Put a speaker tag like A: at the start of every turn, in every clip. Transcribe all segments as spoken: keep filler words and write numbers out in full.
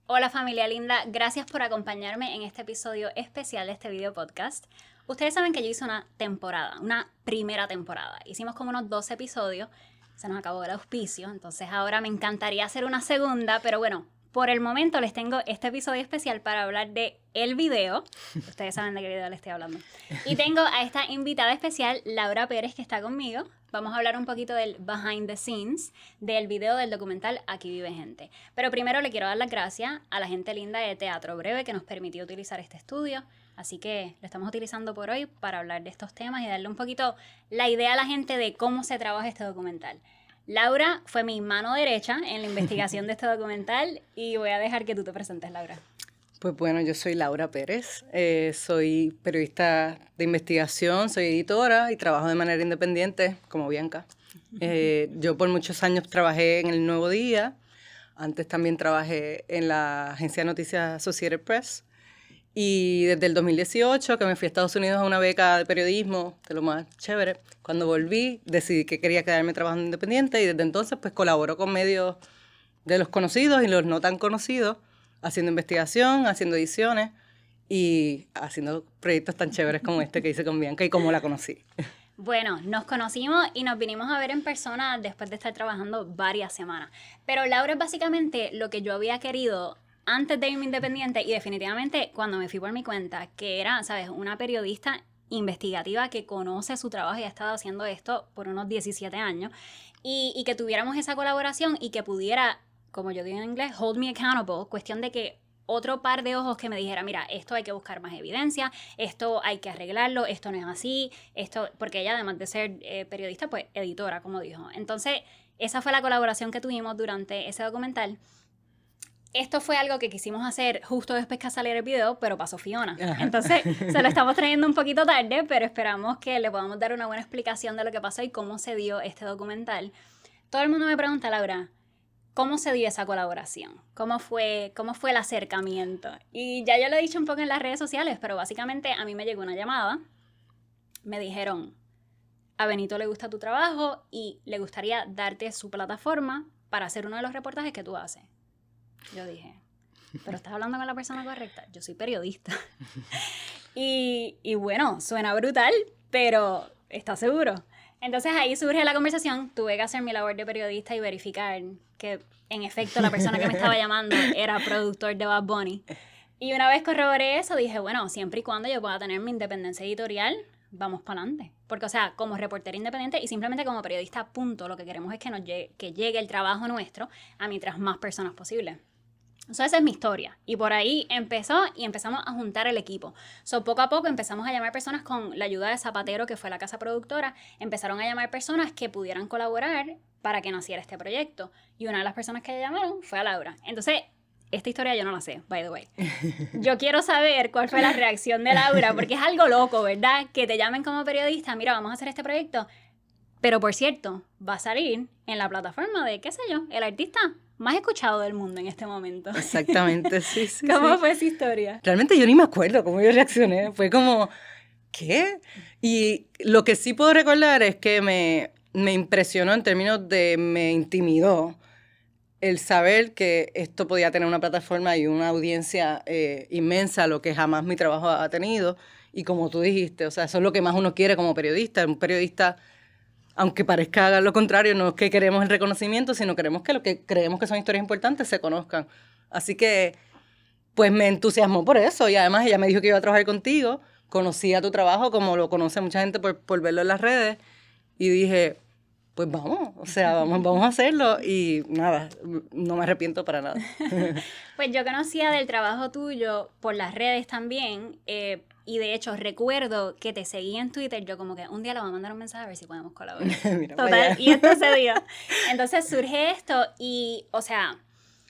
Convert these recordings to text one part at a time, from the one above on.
A: Hola familia linda, gracias por acompañarme en este episodio especial de este video podcast. Ustedes saben que yo hice una temporada, una primera temporada. Hicimos como unos doce episodios, se nos acabó el auspicio, entonces ahora me encantaría hacer una segunda, pero bueno, por el momento les tengo este episodio especial para hablar de el video. Ustedes saben de qué video les estoy hablando. Y tengo a esta invitada especial, Laura Pérez, que está conmigo. Vamos a hablar un poquito del behind the scenes del video del documental Aquí vive gente. Pero primero le quiero dar las gracias a la gente linda de Teatro Breve que nos permitió utilizar este estudio. Así que lo estamos utilizando por hoy para hablar de estos temas y darle un poquito la idea a la gente de cómo se trabaja este documental. Laura fue mi mano derecha en la investigación de este documental y voy a dejar que tú te presentes, Laura.
B: Pues bueno, yo soy Laura Pérez, eh, soy periodista de investigación, soy editora y trabajo de manera independiente, como Bianca. Eh, yo por muchos años trabajé en El Nuevo Día, antes también trabajé en la agencia de noticias Associated Press, y desde el dos mil dieciocho, que me fui a Estados Unidos a una beca de periodismo, de lo más chévere, cuando volví decidí que quería quedarme trabajando independiente y desde entonces pues colaboro con medios de los conocidos y los no tan conocidos, haciendo investigación, haciendo ediciones y haciendo proyectos tan chéveres como este que hice con Bianca y como la conocí.
A: Bueno, nos conocimos y nos vinimos a ver en persona después de estar trabajando varias semanas. Pero Laura es básicamente lo que yo había querido antes de irme independiente y definitivamente cuando me fui por mi cuenta, que era, ¿sabes?, una periodista investigativa que conoce su trabajo y ha estado haciendo esto por unos diecisiete años y, y que tuviéramos esa colaboración y que pudiera, como yo digo en inglés, hold me accountable, cuestión de que otro par de ojos que me dijera, mira, esto hay que buscar más evidencia, esto hay que arreglarlo, esto no es así, esto, porque ella además de ser eh, periodista, pues editora, como dijo. Entonces, esa fue la colaboración que tuvimos durante ese documental. Esto fue algo que quisimos hacer justo después que saliera el video, pero pasó Fiona. Ajá. Entonces, se lo estamos trayendo un poquito tarde, pero esperamos que le podamos dar una buena explicación de lo que pasó y cómo se dio este documental. Todo el mundo me pregunta, Laura, ¿cómo se dio esa colaboración? ¿Cómo fue, cómo fue el acercamiento? Y ya yo lo he dicho un poco en las redes sociales, pero básicamente a mí me llegó una llamada. Me dijeron, a Benito le gusta tu trabajo y le gustaría darte su plataforma para hacer uno de los reportajes que tú haces. Yo dije, pero estás hablando con la persona correcta. Yo soy periodista. y, y bueno, suena brutal, pero ¿estás seguro? Entonces ahí surge la conversación, tuve que hacer mi labor de periodista y verificar que en efecto la persona que me estaba llamando era productor de Bad Bunny. Y una vez corroboré eso, dije, bueno, siempre y cuando yo pueda tener mi independencia editorial, vamos para adelante. Porque, o sea, como reportera independiente y simplemente como periodista, punto, lo que queremos es que, nos llegue, que llegue el trabajo nuestro a mientras más personas posible. So, esa es mi historia. Y por ahí empezó y empezamos a juntar el equipo. So, poco a poco empezamos a llamar personas con la ayuda de Zapatero, que fue la casa productora. Empezaron a llamar personas que pudieran colaborar para que naciera este proyecto. Y una de las personas que llamaron fue a Laura. Entonces, esta historia yo no la sé, by the way. Yo quiero saber cuál fue la reacción de Laura, porque es algo loco, ¿verdad? Que te llamen como periodista, mira, vamos a hacer este proyecto. Pero, por cierto, va a salir en la plataforma de, qué sé yo, el artista más escuchado del mundo en este momento.
B: Exactamente, sí, sí.
A: ¿Cómo
B: sí.
A: fue esa historia?
B: Realmente yo ni me acuerdo cómo yo reaccioné. Fue como, ¿qué? Y lo que sí puedo recordar es que me, me impresionó en términos de, me intimidó el saber que esto podía tener una plataforma y una audiencia eh, inmensa, lo que jamás mi trabajo ha tenido. Y como tú dijiste, o sea, eso es lo que más uno quiere como periodista. Un periodista, aunque parezca lo contrario, no es que queremos el reconocimiento, sino queremos que lo que creemos que son historias importantes se conozcan. Así que, pues me entusiasmó por eso. Y además ella me dijo que iba a trabajar contigo. Conocía tu trabajo como lo conoce mucha gente por, por verlo en las redes. Y dije, pues vamos, o sea, vamos, vamos a hacerlo. Y nada, no me arrepiento para nada.
A: Pues yo conocía del trabajo tuyo por las redes también. Eh, Y de hecho, recuerdo que te seguí en Twitter. Yo como que un día le voy a mandar un mensaje a ver si podemos colaborar.
B: Mira,
A: total, y esto se dio. Entonces surge esto y, o sea,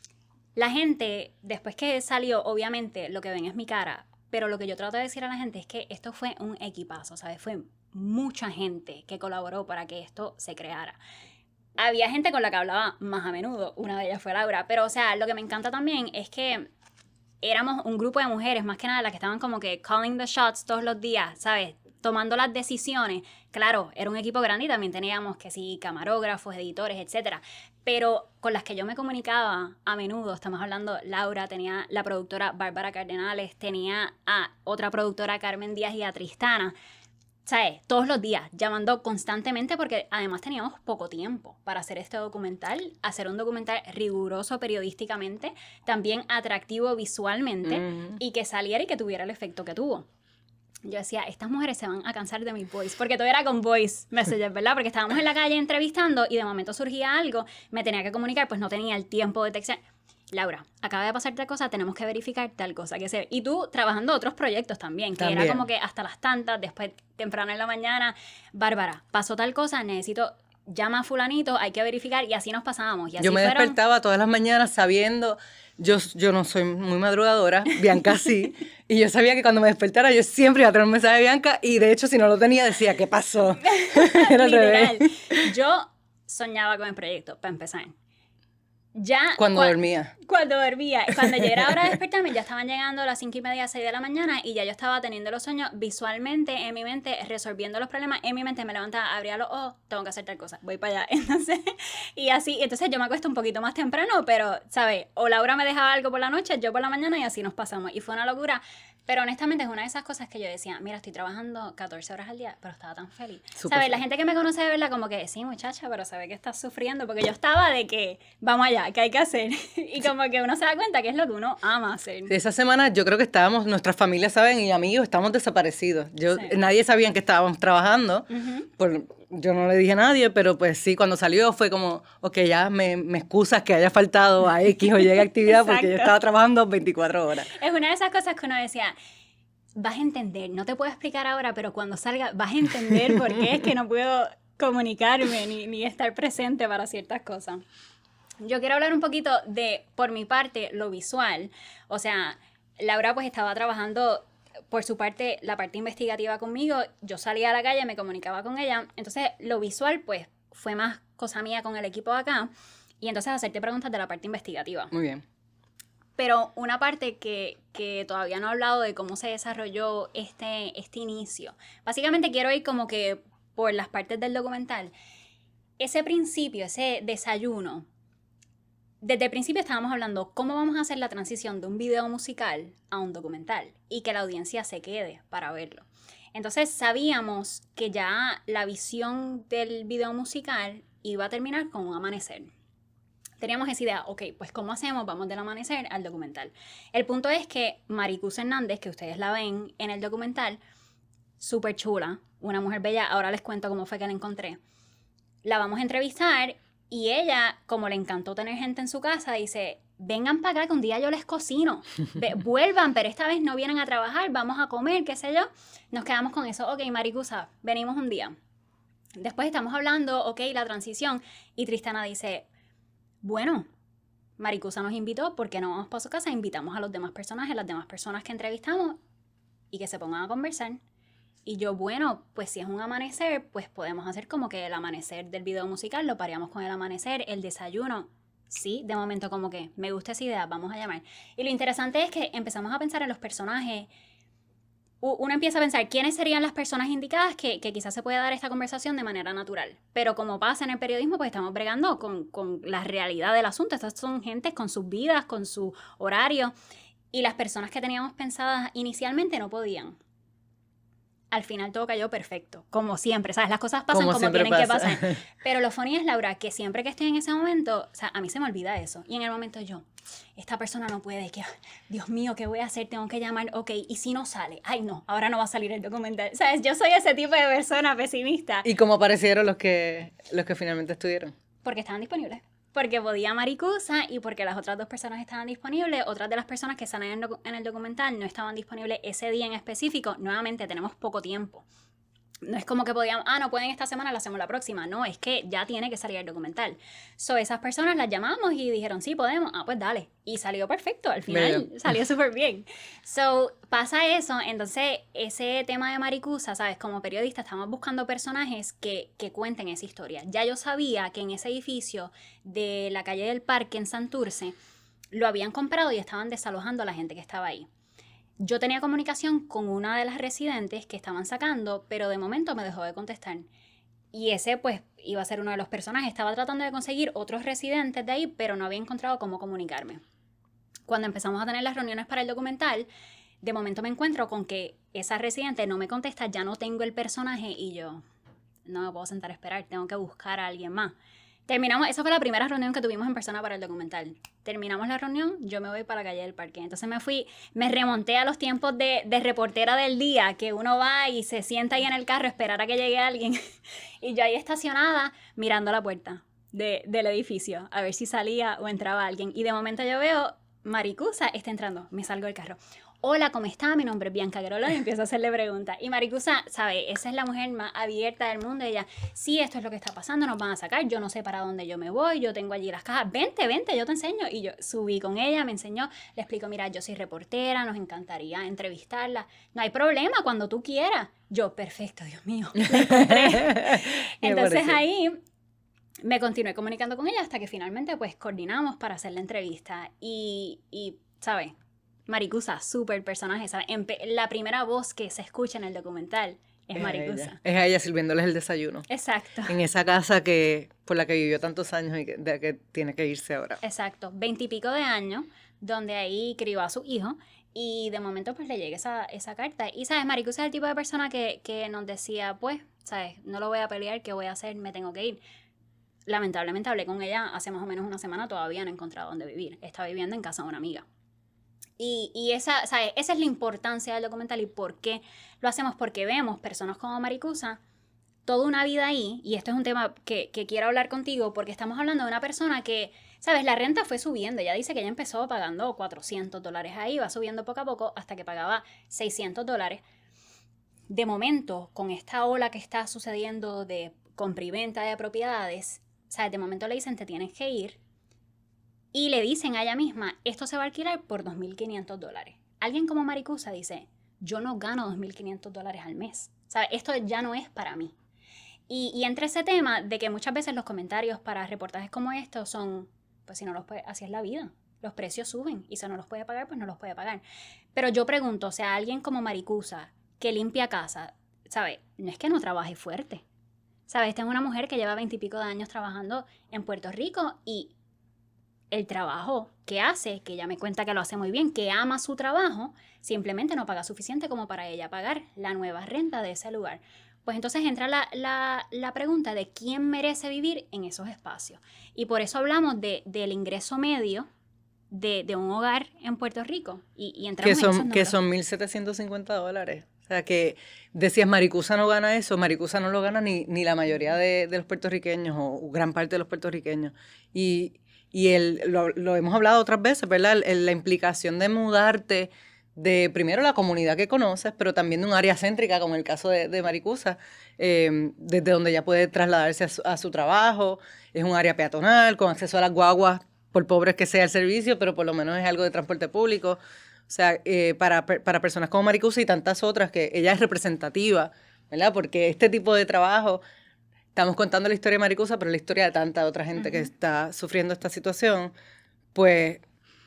A: la gente, después que salió, obviamente, lo que ven es mi cara. Pero lo que yo trato de decir a la gente es que esto fue un equipazo, ¿sabes? Fue mucha gente que colaboró para que esto se creara. Había gente con la que hablaba más a menudo. Una de ellas fue Laura. Pero, o sea, lo que me encanta también es que éramos un grupo de mujeres, más que nada las que estaban como que calling the shots todos los días, ¿sabes? tomando las decisiones. Claro, era un equipo grande y también teníamos que sí, camarógrafos, editores, etcétera. Pero con las que yo me comunicaba a menudo, estamos hablando, Laura, tenía la productora Bárbara Cardenales, tenía a otra productora, Carmen Díaz, y a Tristana. ¿Sabes? Todos los días, llamando constantemente, porque además teníamos poco tiempo para hacer este documental, hacer un documental riguroso periodísticamente, también atractivo visualmente, mm. y que saliera y que tuviera el efecto que tuvo. Yo decía, estas mujeres se van a cansar de mi voice, porque todo era con voice messages, ¿verdad? Porque estábamos en la calle entrevistando y de momento surgía algo, me tenía que comunicar, pues no tenía el tiempo de textear. Laura, acaba de pasar tal cosa, tenemos que verificar tal cosa. Que se... Y tú trabajando otros proyectos también, que también. Era como que hasta las tantas, después temprano en la mañana, Bárbara, pasó tal cosa, necesito, llama a fulanito, hay que verificar, y así nos pasábamos. Y así
B: yo me
A: fueron...
B: despertaba todas las mañanas sabiendo, yo, yo no soy muy madrugadora, Bianca sí, y yo sabía que cuando me despertara yo siempre iba a tener un mensaje de Bianca, y de hecho si no lo tenía decía, ¿qué pasó? Era al
A: Literal.
B: revés.
A: Yo soñaba con el proyecto, para empezar. Ya,
B: cuando
A: cua
B: dormía.
A: Cuando dormía. Cuando ya era hora de despertarme, ya estaban llegando a las cinco y media, seis de la mañana, y ya yo estaba teniendo los sueños visualmente en mi mente, resolviendo los problemas. En mi mente me levantaba, abría los ojos, tengo que hacer tal cosa, voy para allá. Entonces, y así, entonces yo me acuesto un poquito más temprano, pero, ¿sabes? O Laura me dejaba algo por la noche, yo por la mañana, y así nos pasamos. Y fue una locura. Pero honestamente es una de esas cosas que yo decía, mira, estoy trabajando catorce horas al día, pero estaba tan feliz. Super ¿Sabes? La gente que me conoce de verdad como que, sí, muchacha, pero sabe que estás sufriendo, porque yo estaba de que, vamos allá, ¿qué hay que hacer? Y como que uno se da cuenta que es lo que uno ama hacer.
B: Sí, esa semana yo creo que estábamos, nuestras familias saben y amigos, estamos desaparecidos. Yo, sí. Nadie sabía en que estábamos trabajando, uh-huh. por, yo no le dije a nadie, pero pues sí, cuando salió fue como, ok, ya me, me excusas que haya faltado a X o Y actividad porque yo estaba trabajando veinticuatro horas.
A: Es una de esas cosas que uno decía, vas a entender, no te puedo explicar ahora, pero cuando salga vas a entender por qué es que no puedo comunicarme ni, ni estar presente para ciertas cosas. Yo quiero hablar un poquito de, por mi parte, lo visual. O sea, Laura pues estaba trabajando por su parte, la parte investigativa conmigo. Yo salía a la calle, me comunicaba con ella. Entonces, lo visual pues fue más cosa mía con el equipo de acá. Y entonces hacerte preguntas de la parte investigativa.
B: Muy bien.
A: Pero una parte que, que todavía no he hablado de cómo se desarrolló este, este inicio. Básicamente quiero ir como que por las partes del documental. Ese principio, ese desayuno. Desde el principio estábamos hablando cómo vamos a hacer la transición de un video musical a un documental y que la audiencia se quede para verlo. Entonces sabíamos que ya la visión del video musical iba a terminar con un amanecer. Teníamos esa idea, ok, pues ¿cómo hacemos? Vamos del amanecer al documental. El punto es que Maricruz Hernández, que ustedes la ven en el documental, súper chula, una mujer bella, ahora les cuento cómo fue que la encontré. La vamos a entrevistar y ella, como le encantó tener gente en su casa, dice, vengan para acá que un día yo les cocino, Ve, vuelvan, pero esta vez no vienen a trabajar, vamos a comer, qué sé yo. Nos quedamos con eso, ok, Maricusa, venimos un día. Después estamos hablando, ok, la transición, y Tristana dice, bueno, Maricusa nos invitó, ¿por qué no vamos para su casa? Invitamos a los demás personajes, las demás personas que entrevistamos, y que se pongan a conversar. Y yo, bueno, pues si es un amanecer, pues podemos hacer como que el amanecer del video musical, lo pareamos con el amanecer, el desayuno. Sí, de momento como que me gusta esa idea, vamos a llamar. Y lo interesante es que empezamos a pensar en los personajes. Uno empieza a pensar quiénes serían las personas indicadas que, que quizás se puede dar esta conversación de manera natural. Pero como pasa en el periodismo, pues estamos bregando con, con la realidad del asunto. Estas son gentes con sus vidas, con su horario. Y las personas que teníamos pensadas inicialmente no podían. Al final todo cayó perfecto, como siempre, ¿sabes? Las cosas pasan como, como tienen pasa. que pasar. Pero lo funny es, Laura, que siempre que estoy en ese momento, o sea, a mí se me olvida eso. Y en el momento yo, esta persona no puede, que, Dios mío, ¿qué voy a hacer? Tengo que llamar, ok, ¿y si no sale? Ay, no, ahora no va a salir el documental. ¿Sabes? Yo soy ese tipo de persona pesimista.
B: ¿Y cómo aparecieron los que, los que finalmente estuvieron?
A: Porque estaban disponibles. Porque podía Maricusa y porque las otras dos personas estaban disponibles. Otras de las personas que salen en, en el documental no estaban disponibles ese día en específico. Nuevamente, tenemos poco tiempo. No es como que podíamos, ah, no pueden esta semana, la hacemos la próxima. No, es que ya tiene que salir el documental. So, esas personas las llamamos y dijeron, sí, podemos. Ah, pues dale. Y salió perfecto. Al final bien. Salió súper bien. So, pasa eso. Entonces, ese tema de Maricusa, ¿sabes? Como periodista estamos buscando personajes que, que cuenten esa historia. Ya yo sabía que en ese edificio de la calle del Parque en Santurce, lo habían comprado y estaban desalojando a la gente que estaba ahí. yo tenía comunicación con una de las residentes que estaban sacando, pero de momento me dejó de contestar. Y ese, pues, iba a ser uno de los personajes. Estaba tratando de conseguir otros residentes de ahí, pero no había encontrado cómo comunicarme. Cuando empezamos a tener las reuniones para el documental, de momento me encuentro con que esa residente no me contesta, ya no tengo el personaje, y yo no me puedo sentar a esperar, tengo que buscar a alguien más. Terminamos, esa fue la primera reunión que tuvimos en persona para el documental. Terminamos la reunión, yo me voy para la calle del parque. Entonces me fui, me remonté a los tiempos de, de reportera del día, que uno va y se sienta ahí en el carro a esperar a que llegue alguien. Y yo ahí estacionada, mirando la puerta de, del edificio, a ver si salía o entraba alguien. Y de momento yo veo, Maricusa está entrando, me salgo del carro. Hola, ¿cómo está? Mi nombre es Bianca Guerola, y empiezo a hacerle preguntas. Y Maricusa, ¿sabe? Esa es la mujer más abierta del mundo. Ella, sí, esto es lo que está pasando, nos van a sacar, yo no sé para dónde yo me voy, yo tengo allí las cajas, vente, vente, yo te enseño. Y yo subí con ella, me enseñó, le explico, mira, yo soy reportera, nos encantaría entrevistarla. No hay problema, cuando tú quieras. Yo, perfecto, Dios mío, la encontré. Entonces ahí me continué comunicando con ella hasta que finalmente, pues, coordinamos para hacer la entrevista. Y, y ¿sabes? Maricusa, súper personaje, ¿sabes? La primera voz que se escucha en el documental es, es Maricusa.
B: Ella. Es a ella sirviéndoles el desayuno.
A: Exacto.
B: En esa casa que por la que vivió tantos años y que, de que tiene que irse ahora.
A: Exacto. Veintipico de años, donde ahí crió a su hijo, y de momento pues le llega esa, esa carta. Y, ¿sabes? Maricusa es el tipo de persona que, que nos decía, pues, ¿sabes? No lo voy a pelear, ¿qué voy a hacer? Me tengo que ir. Lamentablemente hablé con ella hace más o menos una semana, todavía no he encontrado dónde vivir. Está viviendo en casa de una amiga. Y, y esa, ¿sabes? Esa es la importancia del documental y por qué lo hacemos, porque vemos personas como Maricusa toda una vida ahí, y esto es un tema que, que quiero hablar contigo porque estamos hablando de una persona que, ¿sabes? La renta fue subiendo, ella dice que ella empezó pagando cuatrocientos dólares ahí, va subiendo poco a poco hasta que pagaba seiscientos dólares. De momento, con esta ola que está sucediendo de compra y venta de propiedades, ¿sabes? De momento le dicen, te tienes que ir. Y le dicen a ella misma, esto se va a alquilar por dos mil quinientos dólares. Alguien como Maricusa dice, yo no gano dos mil quinientos dólares al mes. ¿Sabes? Esto ya no es para mí. Y, y entre ese tema de que muchas veces los comentarios para reportajes como estos son, pues si no los puede, así es la vida. Los precios suben y si no los puede pagar, pues no los puede pagar. Pero yo pregunto, o sea, alguien como Maricusa que limpia casa, ¿sabes? No es que no trabaje fuerte. ¿Sabes? Esta es una mujer que lleva veintipico de años trabajando en Puerto Rico y el trabajo que hace, que ella me cuenta que lo hace muy bien, que ama su trabajo, simplemente no paga suficiente como para ella pagar la nueva renta de ese lugar. Pues entonces entra la, la, la pregunta de quién merece vivir en esos espacios. Y por eso hablamos de, del ingreso medio de, de un hogar en Puerto Rico. Y, y entramos
B: que son,
A: en esos
B: que son mil setecientos cincuenta dólares. O sea, que decías, Maricusa no gana eso, Maricusa no lo gana ni, ni la mayoría de, de los puertorriqueños o gran parte de los puertorriqueños. Y... Y el, lo, lo hemos hablado otras veces, ¿verdad? El, la implicación de mudarte de, primero, la comunidad que conoces, pero también de un área céntrica, como el caso de, de Maricusa, eh, desde donde ya puede trasladarse a su, a su trabajo. Es un área peatonal, con acceso a las guaguas, por pobres que sea el servicio, pero por lo menos es algo de transporte público. O sea, eh, para, para personas como Maricusa y tantas otras, que ella es representativa, ¿verdad? Porque este tipo de trabajo... Estamos contando la historia de Maricusa, pero la historia de tanta otra gente uh-huh. que está sufriendo esta situación, pues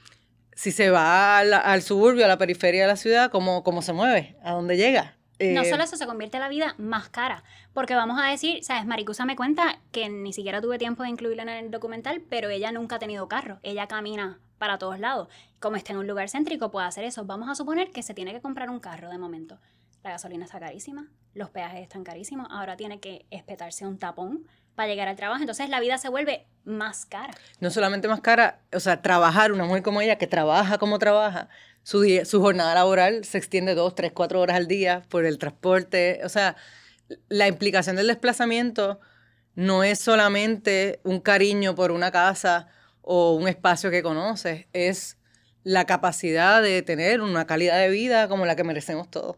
B: si se va al, al suburbio, a la periferia de la ciudad, ¿cómo, cómo se mueve? ¿A dónde llega?
A: Eh, no solo eso, se convierte la vida más cara, porque vamos a decir, ¿sabes? Maricusa me cuenta que ni siquiera tuve tiempo de incluirla en el documental, pero ella nunca ha tenido carro, ella camina para todos lados. Como está en un lugar céntrico, puede hacer eso. Vamos a suponer que se tiene que comprar un carro de momento. La gasolina está carísima, los peajes están carísimos, ahora tiene que espetarse un tapón para llegar al trabajo, entonces la vida se vuelve más cara.
B: No solamente más cara, o sea, trabajar, una mujer como ella que trabaja como trabaja, su, día, su jornada laboral se extiende dos, tres, cuatro horas al día por el transporte, o sea, la implicación del desplazamiento no es solamente un cariño por una casa o un espacio que conoces, es la capacidad de tener una calidad de vida como la que merecemos todos.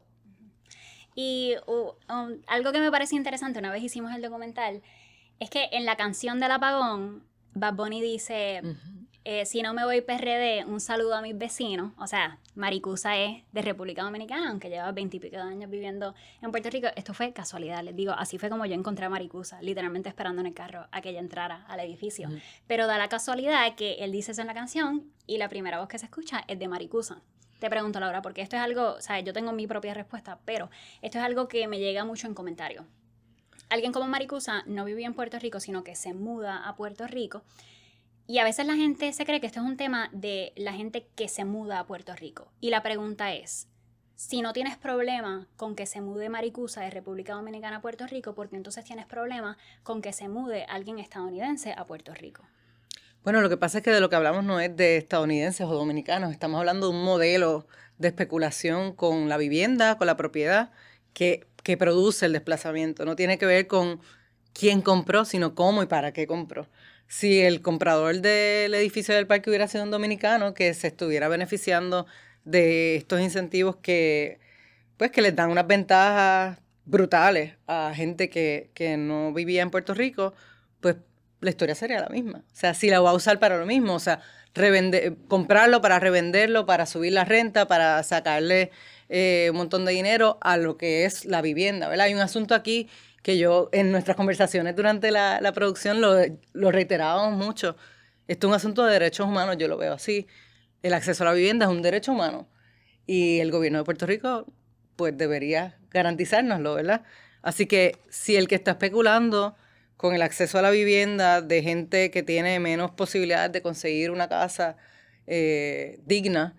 A: Y uh, um, algo que me parece interesante, una vez hicimos el documental, es que en la canción del apagón, Bad Bunny dice, uh-huh. Eh, si no me voy P R D, un saludo a mis vecinos. O sea, Maricusa es de República Dominicana, aunque lleva veintipico de años viviendo en Puerto Rico. Esto fue casualidad, les digo. Así fue como yo encontré a Maricusa, literalmente esperando en el carro a que ella entrara al edificio. Uh-huh. Pero da la casualidad que él dice eso en la canción y la primera voz que se escucha es de Maricusa. Te pregunto, Laura, porque esto es algo, o sea, yo tengo mi propia respuesta, pero esto es algo que me llega mucho en comentarios. Alguien como Maricusa no vivía en Puerto Rico, sino que se muda a Puerto Rico. Y a veces la gente se cree que esto es un tema de la gente que se muda a Puerto Rico. Y la pregunta es, si no tienes problema con que se mude Maricusa de República Dominicana a Puerto Rico, ¿por qué entonces tienes problema con que se mude alguien estadounidense a Puerto Rico?
B: Bueno, lo que pasa es que de lo que hablamos no es de estadounidenses o dominicanos. Estamos hablando de un modelo de especulación con la vivienda, con la propiedad, que, que produce el desplazamiento. No tiene que ver con quién compró, sino cómo y para qué compró. Si el comprador del edificio del parque hubiera sido un dominicano que se estuviera beneficiando de estos incentivos que, pues, que les dan unas ventajas brutales a gente que, que no vivía en Puerto Rico, pues la historia sería la misma. O sea, si la va a usar para lo mismo, o sea, revender, comprarlo para revenderlo, para subir la renta, para sacarle eh, un montón de dinero a lo que es la vivienda, ¿verdad? Hay un asunto aquí que yo en nuestras conversaciones durante la, la producción lo, lo reiterábamos mucho. Esto es un asunto de derechos humanos, yo lo veo así. El acceso a la vivienda es un derecho humano y el gobierno de Puerto Rico pues debería garantizárnoslo, ¿verdad? Así que si el que está especulando con el acceso a la vivienda de gente que tiene menos posibilidades de conseguir una casa eh, digna,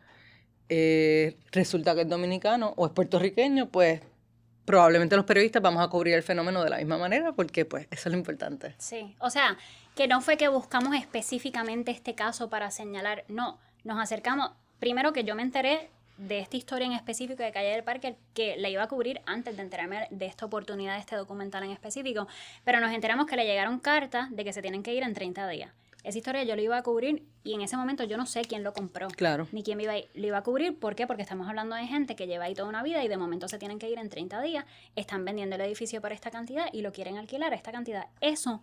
B: eh, resulta que es dominicano o es puertorriqueño, pues probablemente los periodistas vamos a cubrir el fenómeno de la misma manera porque pues eso es lo importante.
A: Sí, o sea, que no fue que buscamos específicamente este caso para señalar, no, nos acercamos, primero que yo me enteré de esta historia en específico de Calle del Parque, que la iba a cubrir antes de enterarme de esta oportunidad, de este documental en específico, pero nos enteramos que le llegaron cartas de que se tienen que ir en treinta días. Esa historia yo la iba a cubrir y en ese momento yo no sé quién lo compró.
B: Claro.
A: Ni quién iba a, lo iba a cubrir. ¿Por qué? Porque estamos hablando de gente que lleva ahí toda una vida y de momento se tienen que ir en treinta días, están vendiendo el edificio por esta cantidad y lo quieren alquilar a esta cantidad. Eso,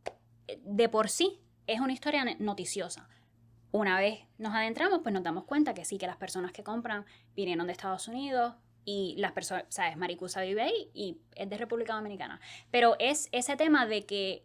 A: de por sí, es una historia noticiosa. Una vez nos adentramos, pues nos damos cuenta que sí, que las personas que compran vinieron de Estados Unidos y las personas, ¿sabes? Maricusa vive ahí y es de República Dominicana. Pero es ese tema de que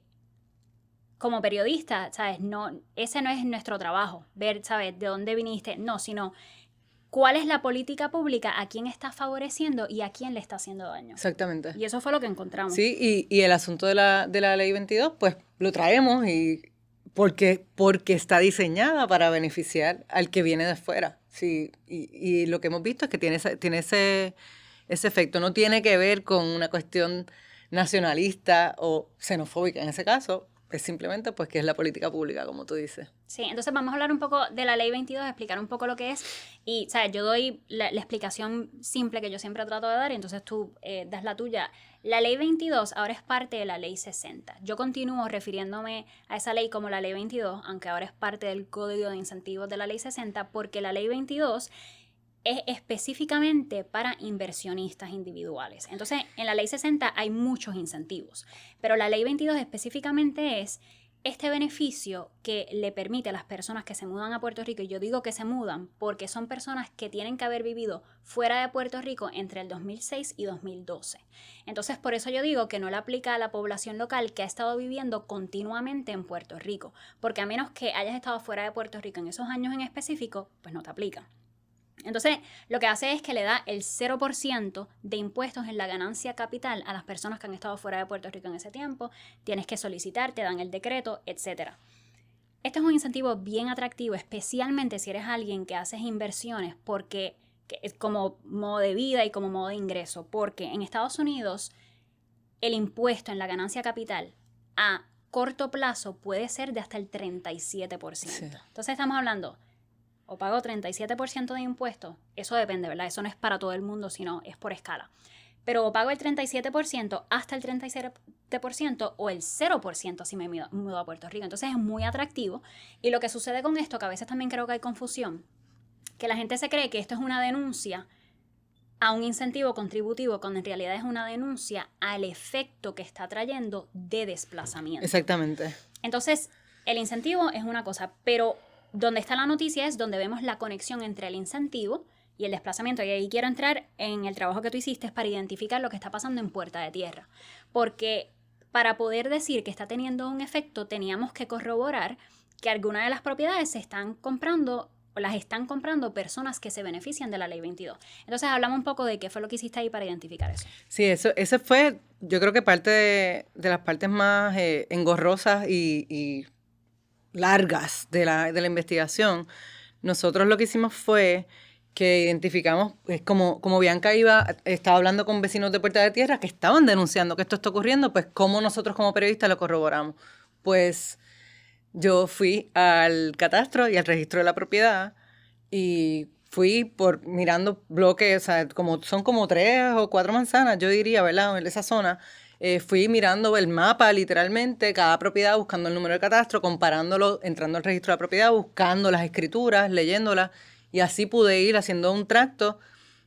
A: como periodista, ¿sabes? No, ese no es nuestro trabajo, ver, ¿sabes? De dónde viniste, no, sino cuál es la política pública, a quién está favoreciendo y a quién le está haciendo daño.
B: Exactamente.
A: Y eso fue lo que encontramos.
B: Sí, y, y el asunto de la, de la ley veintidós, pues lo traemos y porque, porque está diseñada para beneficiar al que viene de fuera. Sí, y, y lo que hemos visto es que tiene, ese, tiene ese, ese efecto. No tiene que ver con una cuestión nacionalista o xenofóbica en ese caso. Es simplemente pues que es la política pública, como tú dices.
A: Sí, entonces vamos a hablar un poco de la ley veintidós, explicar un poco lo que es. Y, ¿sabes? Yo doy la, la explicación simple que yo siempre trato de dar y entonces tú eh, das la tuya. La ley veintidós ahora es parte de la ley sesenta. Yo continúo refiriéndome a esa ley como la ley veintidós, aunque ahora es parte del Código de Incentivos de la ley sesenta, porque la ley veintidós es específicamente para inversionistas individuales. Entonces, en la ley sesenta hay muchos incentivos, pero la ley veintidós específicamente es este beneficio que le permite a las personas que se mudan a Puerto Rico, y yo digo que se mudan porque son personas que tienen que haber vivido fuera de Puerto Rico entre el dos mil seis y dos mil doce. Entonces, por eso yo digo que no le aplica a la población local que ha estado viviendo continuamente en Puerto Rico, porque a menos que hayas estado fuera de Puerto Rico en esos años en específico, pues no te aplica. Entonces, lo que hace es que le da el cero por ciento de impuestos en la ganancia capital a las personas que han estado fuera de Puerto Rico en ese tiempo. Tienes que solicitar, te dan el decreto, etcétera. Este es un incentivo bien atractivo, especialmente si eres alguien que haces inversiones porque, que, como modo de vida y como modo de ingreso. Porque en Estados Unidos, el impuesto en la ganancia capital a corto plazo puede ser de hasta el treinta y siete por ciento. Sí. Entonces, estamos hablando... o pago treinta y siete por ciento de impuestos, eso depende, ¿verdad? Eso no es para todo el mundo, sino es por escala. Pero o pago el treinta y siete por ciento hasta el treinta y siete por ciento o el cero por ciento si me mudo a Puerto Rico. Entonces es muy atractivo. Y lo que sucede con esto, que a veces también creo que hay confusión, que la gente se cree que esto es una denuncia a un incentivo contributivo, cuando en realidad es una denuncia al efecto que está trayendo de desplazamiento.
B: Exactamente.
A: Entonces, el incentivo es una cosa, pero donde está la noticia es donde vemos la conexión entre el incentivo y el desplazamiento. Y ahí quiero entrar en el trabajo que tú hiciste para identificar lo que está pasando en Puerta de Tierra. Porque para poder decir que está teniendo un efecto, teníamos que corroborar que algunas de las propiedades se están comprando o las están comprando personas que se benefician de la Ley veintidós. Entonces, hablamos un poco de qué fue lo que hiciste ahí para identificar eso.
B: Sí, eso, ese fue, yo creo que parte de, de las partes más eh, engorrosas y, y largas de la, de la investigación. Nosotros lo que hicimos fue que identificamos, es como, como Bianca iba, estaba hablando con vecinos de Puerta de Tierra que estaban denunciando que esto está ocurriendo, pues cómo nosotros como periodistas lo corroboramos. Pues yo fui al catastro y al registro de la propiedad y fui por mirando bloques, o sea, como, son como tres o cuatro manzanas, yo diría, ¿verdad? En esa zona. Eh, fui mirando el mapa, literalmente, cada propiedad, buscando el número de catastro, comparándolo, entrando al registro de la propiedad, buscando las escrituras, leyéndolas, y así pude ir haciendo un tracto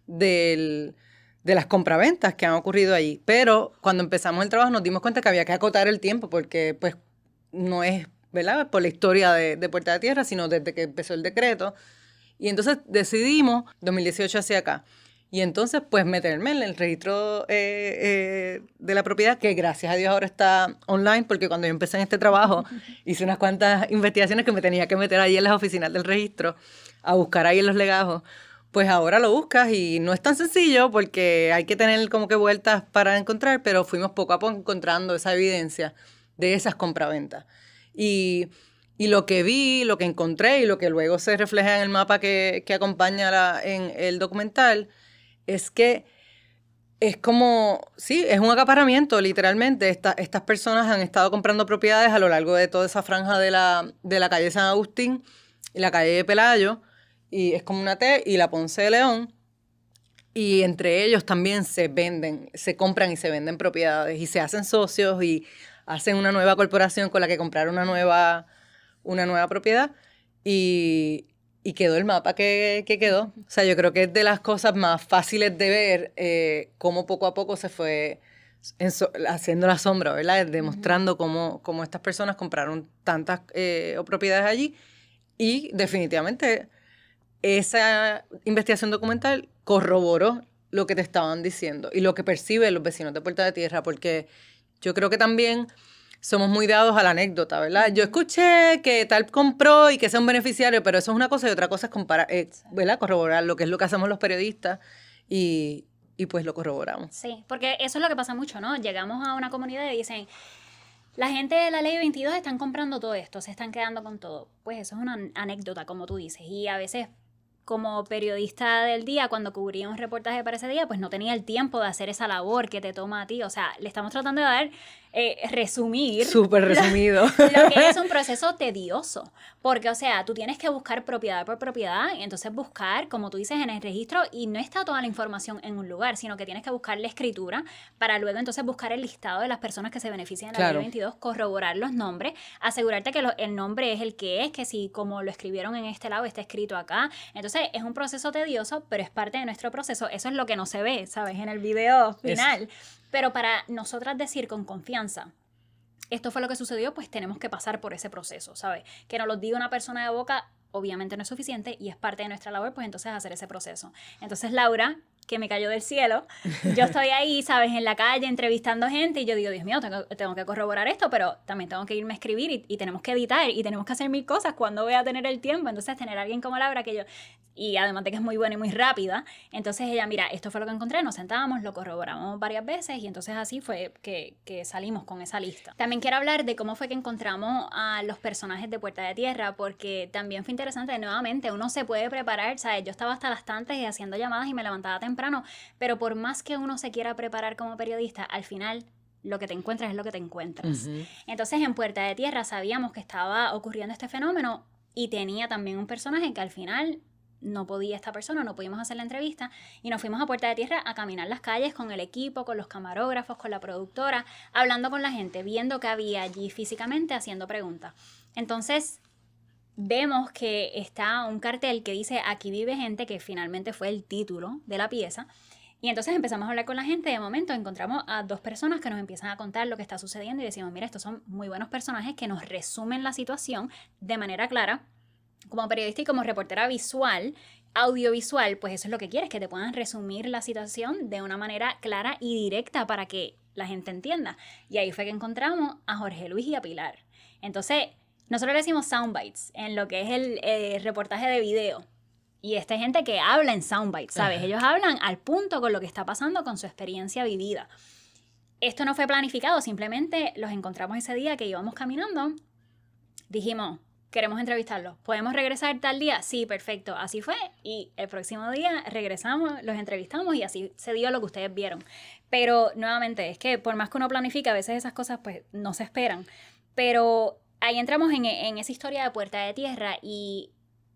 B: del, de las compraventas que han ocurrido allí. Pero cuando empezamos el trabajo nos dimos cuenta que había que acotar el tiempo, porque pues no es, ¿verdad?, por la historia de, de Puerta de Tierra, sino desde que empezó el decreto. Y entonces decidimos, dos mil dieciocho hacia acá, y entonces pues meterme en el registro eh, eh, de la propiedad, que gracias a Dios ahora está online, porque cuando yo empecé en este trabajo hice unas cuantas investigaciones que me tenía que meter ahí en las oficinas del registro, a buscar ahí en los legajos. Pues ahora lo buscas y no es tan sencillo porque hay que tener como que vueltas para encontrar, pero fuimos poco a poco encontrando esa evidencia de esas compraventas. Y... Y lo que vi, lo que encontré y lo que luego se refleja en el mapa que, que acompaña la, en el documental es que es como, sí, es un acaparamiento, literalmente. Esta, estas personas han estado comprando propiedades a lo largo de toda esa franja de la, de la calle San Agustín y la calle de Pelayo, y es como una T, y la Ponce de León, y entre ellos también se venden, se compran y se venden propiedades, y se hacen socios y hacen una nueva corporación con la que comprar una nueva... una nueva propiedad y, y quedó el mapa que, que quedó. O sea, yo creo que es de las cosas más fáciles de ver eh, cómo poco a poco se fue so, haciendo la sombra, ¿verdad? Demostrando uh-huh. cómo, cómo estas personas compraron tantas eh, propiedades allí y definitivamente esa investigación documental corroboró lo que te estaban diciendo y lo que perciben los vecinos de Puerta de Tierra, porque yo creo que también... somos muy dados a la anécdota, ¿verdad? Yo escuché que tal compró y que sea un beneficiario, pero eso es una cosa y otra cosa es comparar, eh, ¿verdad? Corroborar lo que es lo que hacemos los periodistas y, y pues lo corroboramos.
A: Sí, porque eso es lo que pasa mucho, ¿no? Llegamos a una comunidad y dicen, la gente de la Ley veintidós están comprando todo esto, se están quedando con todo. Pues eso es una anécdota, como tú dices, y a veces... como periodista del día, cuando cubría un reportaje para ese día, pues no tenía el tiempo de hacer esa labor que te toma a ti. O sea, le estamos tratando de dar, eh, resumir.
B: Súper resumido.
A: Lo, lo que es un proceso tedioso. Porque, o sea, tú tienes que buscar propiedad por propiedad, y entonces buscar, como tú dices, en el registro, y no está toda la información en un lugar, sino que tienes que buscar la escritura para luego entonces buscar el listado de las personas que se benefician de la
B: claro.
A: Ley veintidós, corroborar los nombres, asegurarte que lo, el nombre es el que es, que si como lo escribieron en este lado está escrito acá. Entonces, es un proceso tedioso, pero es parte de nuestro proceso. Eso es lo que no se ve, ¿sabes? En el video final. Es... Pero para nosotras decir con confianza, esto fue lo que sucedió, pues tenemos que pasar por ese proceso, ¿sabes? Que nos lo diga una persona de boca, obviamente no es suficiente y es parte de nuestra labor, pues entonces hacer ese proceso. Entonces Laura, que me cayó del cielo, yo estoy ahí, ¿sabes? En la calle entrevistando gente y yo digo, Dios mío, tengo, tengo que corroborar esto, pero también tengo que irme a escribir y, y tenemos que editar y tenemos que hacer mil cosas. ¿Cuándo voy a tener el tiempo? Entonces tener a alguien como Laura que yo... Y además de que es muy buena y muy rápida, entonces ella, mira, esto fue lo que encontré, nos sentábamos, lo corroboramos varias veces y entonces así fue que, que salimos con esa lista. También quiero hablar de cómo fue que encontramos a los personajes de Puerta de Tierra, porque también fue interesante, nuevamente, uno se puede preparar, ¿sabes? Yo estaba hasta las tantas y haciendo llamadas y me levantaba temprano, pero por más que uno se quiera preparar como periodista, al final... lo que te encuentras es lo que te encuentras. Uh-huh. Entonces, en Puerta de Tierra sabíamos que estaba ocurriendo este fenómeno y tenía también un personaje que al final no podía esta persona, no pudimos hacer la entrevista y nos fuimos a Puerta de Tierra a caminar las calles con el equipo, con los camarógrafos, con la productora, hablando con la gente, viendo qué había allí físicamente, haciendo preguntas. Entonces, vemos que está un cartel que dice Aquí vive gente, que finalmente fue el título de la pieza. Y entonces empezamos a hablar con la gente y de momento encontramos a dos personas que nos empiezan a contar lo que está sucediendo y decimos, mira, estos son muy buenos personajes que nos resumen la situación de manera clara como periodista y como reportera visual, audiovisual, pues eso es lo que quieres, que te puedan resumir la situación de una manera clara y directa para que la gente entienda. Y ahí fue que encontramos a Jorge Luis y a Pilar. Entonces, nosotros le decimos soundbites en lo que es el eh, reportaje de video. Y esta gente que habla en soundbites, ¿sabes? Ellos hablan al punto con lo que está pasando con su experiencia vivida. Esto no fue planificado, simplemente los encontramos ese día que íbamos caminando. Dijimos, queremos entrevistarlos. ¿Podemos regresar tal día? Sí, perfecto. Así fue. Y el próximo día regresamos, los entrevistamos y así se dio lo que ustedes vieron. Pero nuevamente, es que por más que uno planifica, a veces esas cosas pues no se esperan. Pero ahí entramos en, en esa historia de Puerta de Tierra y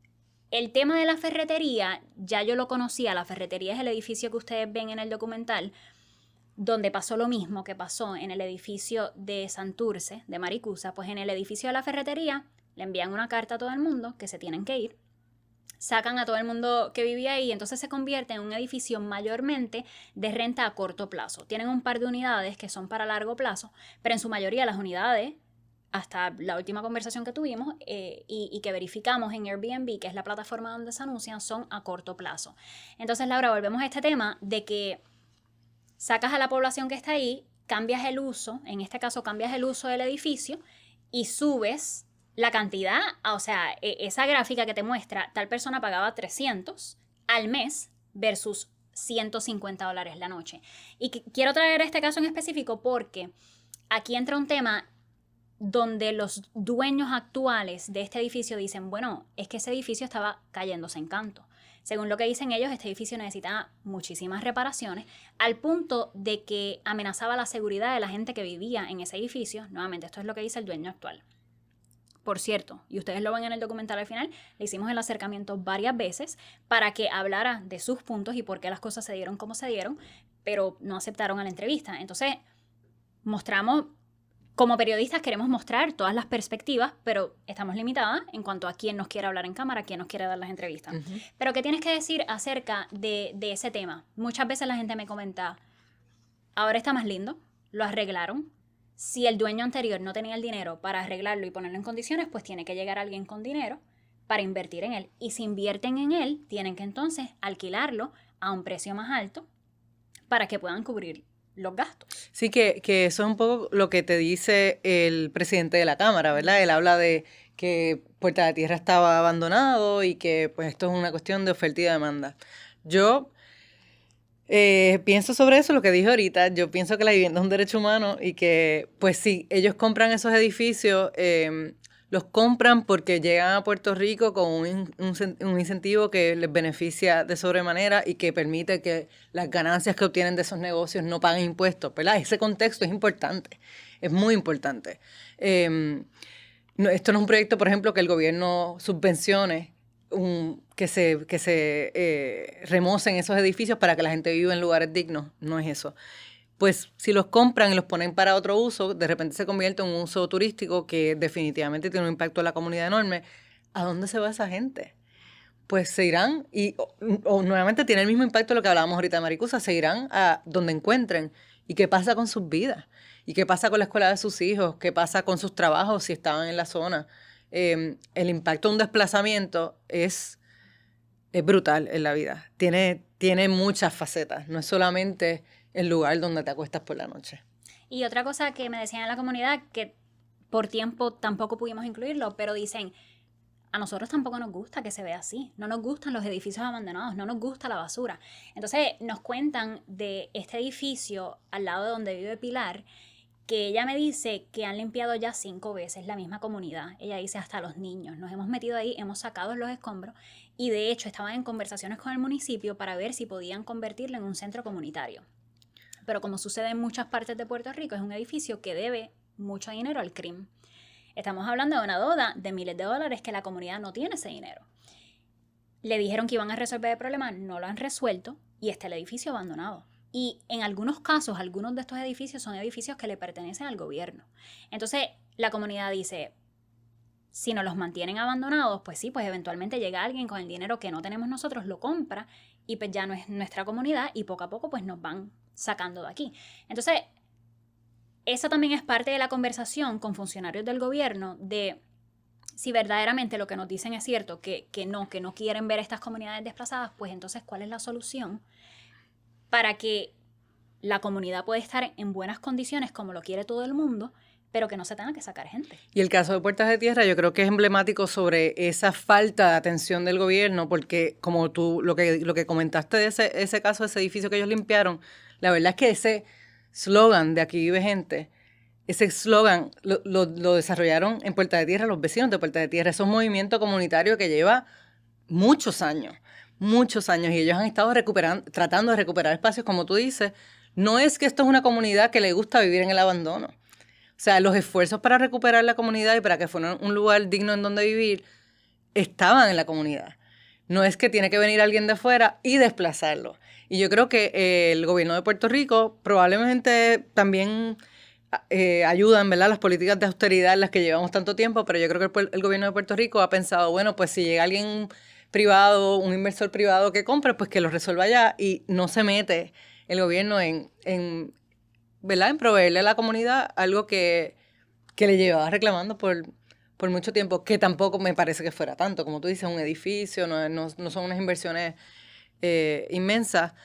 A: el tema de la ferretería, ya yo lo conocía. La ferretería es el edificio que ustedes ven en el documental, donde pasó lo mismo que pasó en el edificio de Santurce, de Maricusa. Pues en el edificio de la ferretería le envían una carta a todo el mundo que se tienen que ir, sacan a todo el mundo que vivía ahí y entonces se convierte en un edificio mayormente de renta a corto plazo. Tienen un par de unidades que son para largo plazo, pero en su mayoría las unidades, hasta la última conversación que tuvimos eh, y, y que verificamos en Airbnb, que es la plataforma donde se anuncian, son a corto plazo. Entonces, Laura, volvemos a este tema de que sacas a la población que está ahí, cambias el uso, en este caso cambias el uso del edificio y subes la cantidad, o sea, esa gráfica que te muestra, tal persona pagaba trescientos al mes versus ciento cincuenta dólares la noche. Y que, quiero traer este caso en específico porque aquí entra un tema donde los dueños actuales de este edificio dicen, bueno, es que ese edificio estaba cayéndose en canto. Según lo que dicen ellos, este edificio necesitaba muchísimas reparaciones, al punto de que amenazaba la seguridad de la gente que vivía en ese edificio. Nuevamente, esto es lo que dice el dueño actual. Por cierto, y ustedes lo ven en el documental al final, le hicimos el acercamiento varias veces para que hablara de sus puntos y por qué las cosas se dieron como se dieron, pero no aceptaron a la entrevista. Entonces, mostramos, como periodistas queremos mostrar todas las perspectivas, pero estamos limitadas en cuanto a quién nos quiere hablar en cámara, quién nos quiere dar las entrevistas. Uh-huh. Pero, ¿qué tienes que decir acerca de, de ese tema? Muchas veces la gente me comenta, ahora está más lindo, lo arreglaron. Si el dueño anterior no tenía el dinero para arreglarlo y ponerlo en condiciones, pues tiene que llegar alguien con dinero para invertir en él. Y si invierten en él, tienen que entonces alquilarlo a un precio más alto para que puedan cubrir los gastos.
B: Sí, que, que eso es un poco lo que te dice el presidente de la Cámara, ¿verdad? Él habla de que Puerta de Tierra estaba abandonado y que pues esto es una cuestión de oferta y demanda. Yo... Eh, pienso sobre eso, lo que dije ahorita. Yo pienso que la vivienda es un derecho humano y que, pues sí, ellos compran esos edificios, eh, los compran porque llegan a Puerto Rico con un, un, un incentivo que les beneficia de sobremanera y que permite que las ganancias que obtienen de esos negocios no paguen impuestos, ¿verdad? Ese contexto es importante, es muy importante. Eh, no, esto no es un proyecto, por ejemplo, que el gobierno subvencione Un, que se, que se eh, remocen esos edificios para que la gente viva en lugares dignos. No es eso. Pues si los compran y los ponen para otro uso, de repente se convierte en un uso turístico que definitivamente tiene un impacto en la comunidad enorme. ¿A dónde se va esa gente? Pues se irán, y o, o nuevamente tiene el mismo impacto de lo que hablábamos ahorita de Maricusa, se irán a donde encuentren. ¿Y qué pasa con sus vidas? ¿Y qué pasa con la escuela de sus hijos? ¿Qué pasa con sus trabajos si estaban en la zona? Eh, el impacto de un desplazamiento es, es brutal en la vida. Tiene, tiene muchas facetas. No es solamente el lugar donde te acuestas por la noche.
A: Y otra cosa que me decían en la comunidad, que por tiempo tampoco pudimos incluirlo, pero dicen, a nosotros tampoco nos gusta que se vea así. No nos gustan los edificios abandonados, no nos gusta la basura. Entonces nos cuentan de este edificio al lado de donde vive Pilar, que ella me dice que han limpiado ya cinco veces la misma comunidad. Ella dice hasta los niños. Nos hemos metido ahí, hemos sacado los escombros y de hecho estaban en conversaciones con el municipio para ver si podían convertirlo en un centro comunitario. Pero como sucede en muchas partes de Puerto Rico, es un edificio que debe mucho dinero al crimen. Estamos hablando de una deuda de miles de dólares que la comunidad no tiene ese dinero. Le dijeron que iban a resolver el problema, no lo han resuelto y está el edificio abandonado. Y en algunos casos, algunos de estos edificios son edificios que le pertenecen al gobierno. Entonces, la comunidad dice, si nos los mantienen abandonados, pues sí, pues eventualmente llega alguien con el dinero que no tenemos nosotros, lo compra y pues ya no es nuestra comunidad y poco a poco pues nos van sacando de aquí. Entonces, esa también es parte de la conversación con funcionarios del gobierno de si verdaderamente lo que nos dicen es cierto, que, que no, que no quieren ver estas comunidades desplazadas, pues entonces, ¿cuál es la solución para que la comunidad pueda estar en buenas condiciones como lo quiere todo el mundo, pero que no se tenga que sacar gente?
B: Y el caso de Puertas de Tierra yo creo que es emblemático sobre esa falta de atención del gobierno, porque como tú lo que, lo que comentaste de ese, ese caso, ese edificio que ellos limpiaron, la verdad es que ese slogan de Aquí vive gente, ese slogan lo, lo, lo desarrollaron en Puertas de Tierra los vecinos de Puertas de Tierra. Es un movimiento comunitario que lleva muchos años, muchos años, y ellos han estado recuperando, tratando de recuperar espacios, como tú dices. No es que esto es una comunidad que le gusta vivir en el abandono. O sea, los esfuerzos para recuperar la comunidad y para que fuera un lugar digno en donde vivir estaban en la comunidad. No es que tiene que venir alguien de afuera y desplazarlo. Y yo creo que eh, el gobierno de Puerto Rico probablemente también eh, ayudan, ¿verdad?, las políticas de austeridad en las que llevamos tanto tiempo, pero yo creo que el, el gobierno de Puerto Rico ha pensado, bueno, pues si llega alguien privado, un inversor privado que compre, pues que lo resuelva ya, y no se mete el gobierno en, en, ¿verdad?, en proveerle a la comunidad algo que, que le llevaba reclamando por, por mucho tiempo, que tampoco me parece que fuera tanto. Como tú dices, un edificio, no, no, no son unas inversiones eh, inmensas.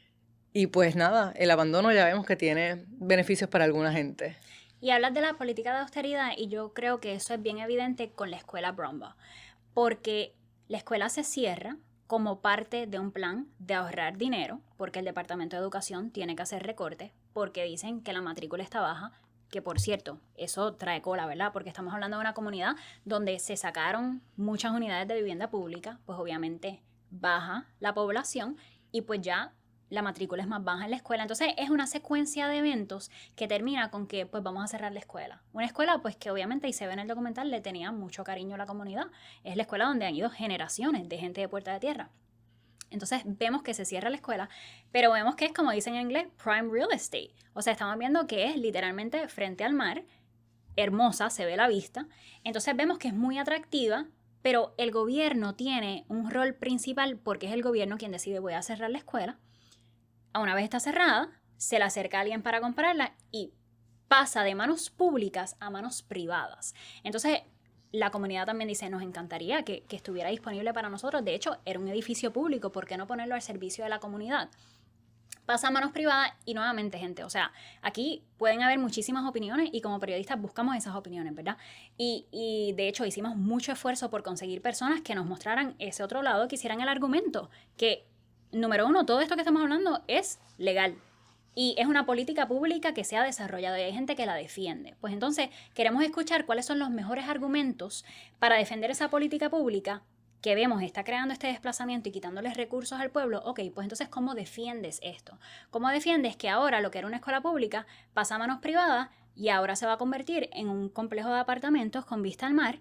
B: Y pues nada, el abandono ya vemos que tiene beneficios para alguna gente.
A: Y hablas de la política de austeridad, y yo creo que eso es bien evidente con la escuela Brumbaugh, porque la escuela se cierra como parte de un plan de ahorrar dinero, porque el Departamento de Educación tiene que hacer recortes, porque dicen que la matrícula está baja, que por cierto, eso trae cola, ¿verdad? Porque estamos hablando de una comunidad donde se sacaron muchas unidades de vivienda pública, pues obviamente baja la población y pues ya la matrícula es más baja en la escuela. Entonces es una secuencia de eventos que termina con que pues vamos a cerrar la escuela. Una escuela pues que obviamente, y se ve en el documental, le tenía mucho cariño a la comunidad. Es la escuela donde han ido generaciones de gente de Puerta de Tierra. Entonces vemos que se cierra la escuela, pero vemos que es, como dicen en inglés, prime real estate. O sea, estamos viendo que es literalmente frente al mar, hermosa, se ve la vista. Entonces vemos que es muy atractiva, pero el gobierno tiene un rol principal porque es el gobierno quien decide voy a cerrar la escuela. Una vez está cerrada, se le acerca a alguien para comprarla y pasa de manos públicas a manos privadas. Entonces, la comunidad también dice, nos encantaría que, que estuviera disponible para nosotros. De hecho, era un edificio público, ¿por qué no ponerlo al servicio de la comunidad? Pasa a manos privadas y nuevamente, gente, o sea, aquí pueden haber muchísimas opiniones y como periodistas buscamos esas opiniones, ¿verdad? Y, y de hecho hicimos mucho esfuerzo por conseguir personas que nos mostraran ese otro lado, que hicieran el argumento, que número uno, todo esto que estamos hablando es legal y es una política pública que se ha desarrollado y hay gente que la defiende. Pues entonces queremos escuchar cuáles son los mejores argumentos para defender esa política pública que vemos está creando este desplazamiento y quitándoles recursos al pueblo. Ok, pues entonces, ¿cómo defiendes esto? ¿Cómo defiendes que ahora lo que era una escuela pública pasa a manos privadas y ahora se va a convertir en un complejo de apartamentos con vista al mar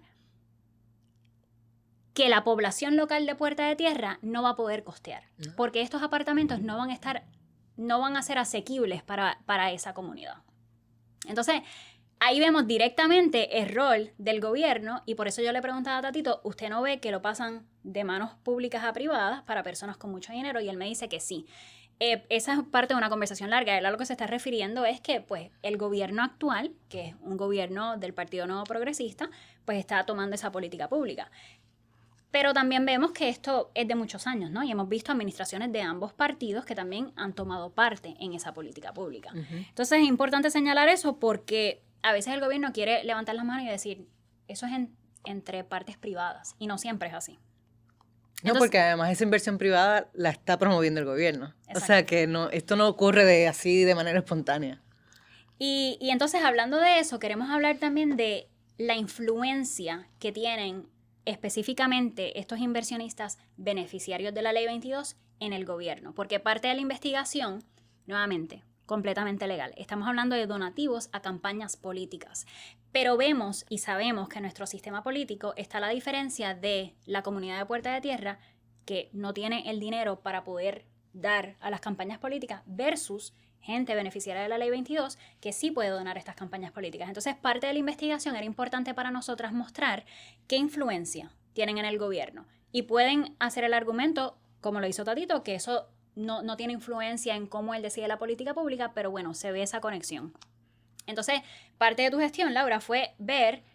A: que la población local de Puerta de Tierra no va a poder costear? No. Porque estos apartamentos no van a estar, no van a ser asequibles para, para esa comunidad. Entonces, ahí vemos directamente el rol del gobierno y por eso yo le preguntaba a Tatito, ¿usted no ve que lo pasan de manos públicas a privadas para personas con mucho dinero? Y él me dice que sí. Eh, esa es parte de una conversación larga. Él a lo que se está refiriendo es que pues, el gobierno actual, que es un gobierno del Partido Nuevo Progresista, pues está tomando esa política pública. Pero también vemos que esto es de muchos años, ¿no? Y hemos visto administraciones de ambos partidos que también han tomado parte en esa política pública. Uh-huh. Entonces es importante señalar eso porque a veces el gobierno quiere levantar las manos y decir, eso es en, entre partes privadas, y no siempre es así.
B: No, entonces, porque además esa inversión privada la está promoviendo el gobierno. Exacto. O sea que no, esto no ocurre de así de manera espontánea.
A: Y, y entonces, hablando de eso, queremos hablar también de la influencia que tienen específicamente estos inversionistas beneficiarios de la Ley veintidós en el gobierno. Porque parte de la investigación, nuevamente, completamente legal. Estamos hablando de donativos a campañas políticas. Pero vemos y sabemos que en nuestro sistema político está la diferencia de la comunidad de Puerta de Tierra, que no tiene el dinero para poder dar a las campañas políticas, versus gente beneficiaria de la Ley veintidós, que sí puede donar a estas campañas políticas. Entonces, parte de la investigación era importante para nosotras mostrar qué influencia tienen en el gobierno. Y pueden hacer el argumento, como lo hizo Tatito, que eso No, no tiene influencia en cómo él decide la política pública, pero bueno, se ve esa conexión. Entonces, parte de tu gestión, Laura, fue ver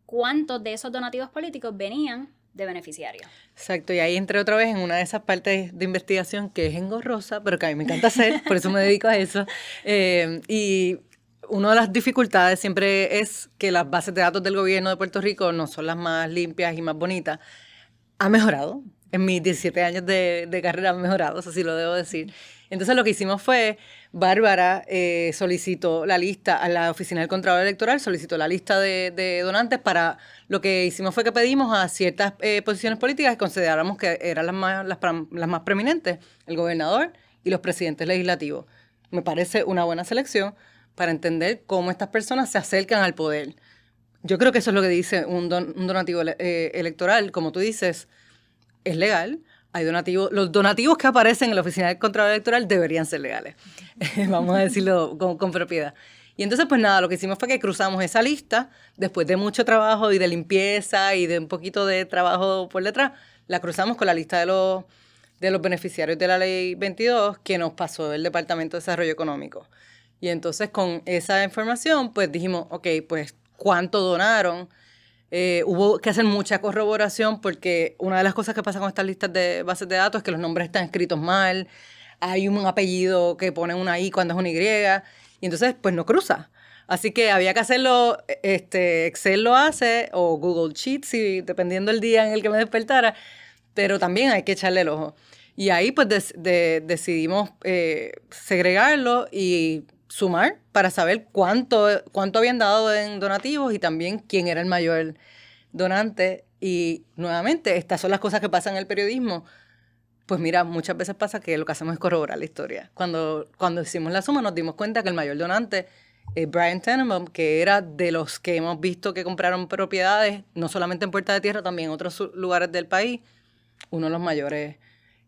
A: cuántos de esos donativos políticos venían de beneficiarios.
B: Exacto, y ahí entré otra vez en una de esas partes de investigación que es engorrosa, pero que a mí me encanta hacer, por eso me dedico a eso. Eh, y una de las dificultades siempre es que las bases de datos del gobierno de Puerto Rico no son las más limpias y más bonitas. Ha mejorado, en mis diecisiete años de, de carrera han mejorado, eso sí lo debo decir. Entonces lo que hicimos fue, Bárbara eh, solicitó la lista a la Oficina del Contralor Electoral, solicitó la lista de, de donantes para, lo que hicimos fue que pedimos a ciertas eh, posiciones políticas que consideráramos que eran las más, las, las más preeminentes, el gobernador y los presidentes legislativos. Me parece una buena selección para entender cómo estas personas se acercan al poder. Yo creo que eso es lo que dice un, don, un donativo eh, electoral, como tú dices, es legal. Hay donativos, los donativos que aparecen en la Oficina del Contralor Electoral deberían ser legales, vamos a decirlo con, con propiedad. Y entonces, pues nada, lo que hicimos fue que cruzamos esa lista, después de mucho trabajo y de limpieza y de un poquito de trabajo por detrás, la cruzamos con la lista de los, de los beneficiarios de la Ley veintidós que nos pasó el Departamento de Desarrollo Económico. Y entonces, con esa información, pues dijimos, ok, pues, ¿cuánto donaron? Eh, hubo que hacer mucha corroboración porque una de las cosas que pasa con estas listas de bases de datos es que los nombres están escritos mal, hay un apellido que pone una I cuando es una Y, y entonces pues no cruza. Así que había que hacerlo, este, Excel lo hace, o Google Sheets, si, dependiendo del día en el que me despertara, pero también hay que echarle el ojo. Y ahí pues de, de, decidimos eh, segregarlo y sumar para saber cuánto, cuánto habían dado en donativos y también quién era el mayor donante. Y nuevamente, estas son las cosas que pasan en el periodismo. Pues mira, muchas veces pasa que lo que hacemos es corroborar la historia. Cuando, cuando hicimos la suma nos dimos cuenta que el mayor donante es Brian Tenenbaum, que era de los que hemos visto que compraron propiedades, no solamente en Puerta de Tierra, también en otros lugares del país, uno de los mayores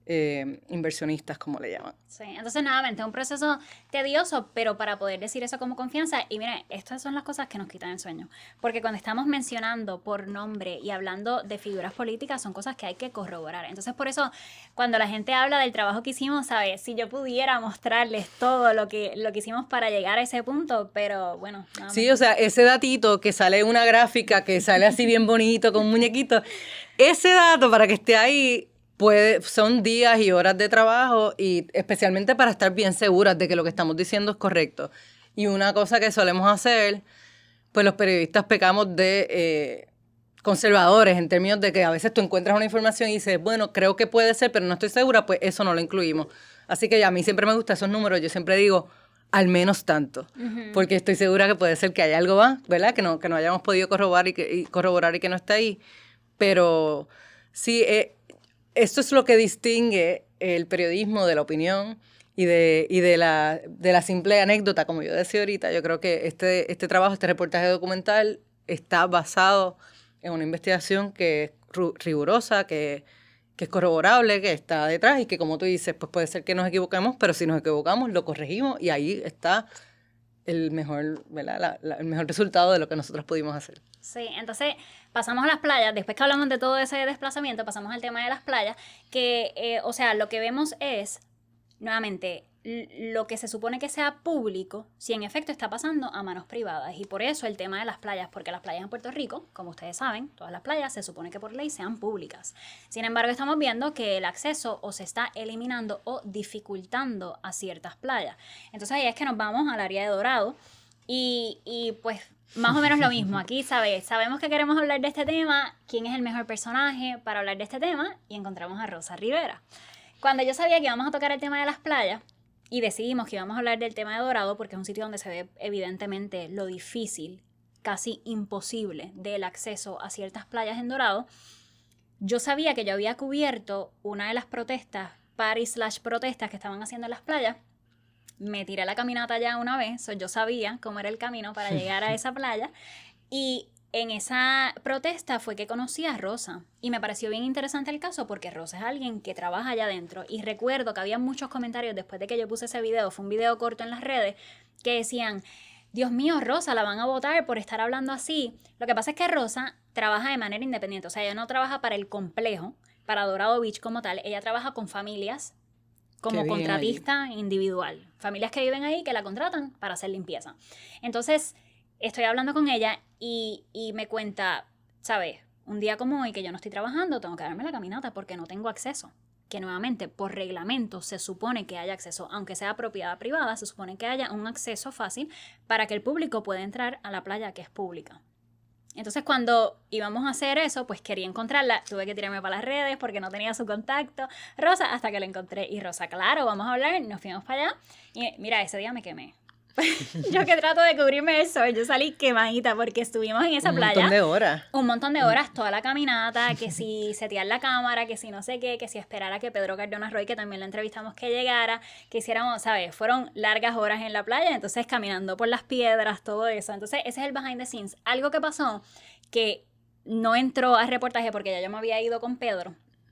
B: Eh, inversionistas, como le llaman.
A: Sí, entonces nuevamente es un proceso tedioso, pero para poder decir eso como confianza, y miren, estas son las cosas que nos quitan el sueño, porque cuando estamos mencionando por nombre y hablando de figuras políticas, son cosas que hay que corroborar. Entonces por eso, cuando la gente habla del trabajo que hicimos, ¿sabes? Si yo pudiera mostrarles todo lo que, lo que hicimos para llegar a ese punto, pero bueno. Nuevamente.
B: Sí, o sea, ese datito que sale en una gráfica, que sale así bien bonito, con un muñequito, ese dato para que esté ahí, Puede, son días y horas de trabajo y especialmente para estar bien seguras de que lo que estamos diciendo es correcto. Y una cosa que solemos hacer, pues los periodistas pecamos de eh, conservadores en términos de que a veces tú encuentras una información y dices, bueno, creo que puede ser, pero no estoy segura, pues eso no lo incluimos. Así que a mí siempre me gustan esos números, yo siempre digo, al menos tanto, uh-huh. porque estoy segura que puede ser que haya algo más, ¿verdad? Que no, que no hayamos podido corroborar y, que, y corroborar y que no está ahí. Pero sí, eh, esto es lo que distingue el periodismo de la opinión y de, y de, la, de la simple anécdota, como yo decía ahorita. Yo creo que este, este trabajo, este reportaje documental está basado en una investigación que es rigurosa, que, que es corroborable, que está detrás y que, como tú dices, pues puede ser que nos equivoquemos, pero si nos equivocamos, lo corregimos y ahí está el mejor, ¿verdad? La, la, el mejor resultado de lo que nosotros pudimos hacer.
A: Sí, entonces pasamos a las playas, después que hablamos de todo ese desplazamiento, pasamos al tema de las playas, que, eh, o sea, lo que vemos es, nuevamente, lo que se supone que sea público, si en efecto está pasando a manos privadas, y por eso el tema de las playas, porque las playas en Puerto Rico, como ustedes saben, todas las playas se supone que por ley sean públicas. Sin embargo, estamos viendo que el acceso o se está eliminando o dificultando a ciertas playas. Entonces ahí es que nos vamos al área de Dorado, y, y pues más o menos lo mismo. Aquí, ¿sabes? Sabemos que queremos hablar de este tema, quién es el mejor personaje para hablar de este tema, y encontramos a Rosa Rivera. Cuando yo sabía que íbamos a tocar el tema de las playas, y decidimos que íbamos a hablar del tema de Dorado, porque es un sitio donde se ve evidentemente lo difícil, casi imposible, del acceso a ciertas playas en Dorado, yo sabía que yo había cubierto una de las protestas, party slash protestas que estaban haciendo en las playas. Me tiré la caminata ya una vez, so yo sabía cómo era el camino para llegar a esa playa, y en esa protesta fue que conocí a Rosa, y me pareció bien interesante el caso porque Rosa es alguien que trabaja allá adentro, y recuerdo que había muchos comentarios después de que yo puse ese video, fue un video corto en las redes, que decían, Dios mío, Rosa, la van a votar por estar hablando así. Lo que pasa es que Rosa trabaja de manera independiente, o sea, ella no trabaja para el complejo, para Dorado Beach como tal, ella trabaja con familias como contratista allí. Individual. Familias que viven ahí que la contratan para hacer limpieza. Entonces, estoy hablando con ella y, y me cuenta, ¿sabes? Un día como hoy que yo no estoy trabajando, tengo que darme la caminata porque no tengo acceso. Que nuevamente, por reglamento, se supone que haya acceso, aunque sea propiedad privada, se supone que haya un acceso fácil para que el público pueda entrar a la playa que es pública. Entonces, cuando íbamos a hacer eso, pues quería encontrarla, tuve que tirarme para las redes porque no tenía su contacto, Rosa, hasta que la encontré. Y Rosa, claro, vamos a hablar, nos fuimos para allá. Y mira, ese día me quemé. Yo que trato de cubrirme el sol, yo salí quemadita porque estuvimos en esa playa.
B: Un montón de horas.
A: Un montón de horas, toda la caminata, que si setear la cámara, que si no sé qué, que si esperar a que Pedro Cardona Roy, que también lo entrevistamos, que llegara, que hiciéramos, ¿sabes? Fueron largas horas en la playa, entonces caminando por las piedras, todo eso. Entonces ese es el behind the scenes. Algo que pasó que no entró al reportaje porque ya yo me había ido con Pedro.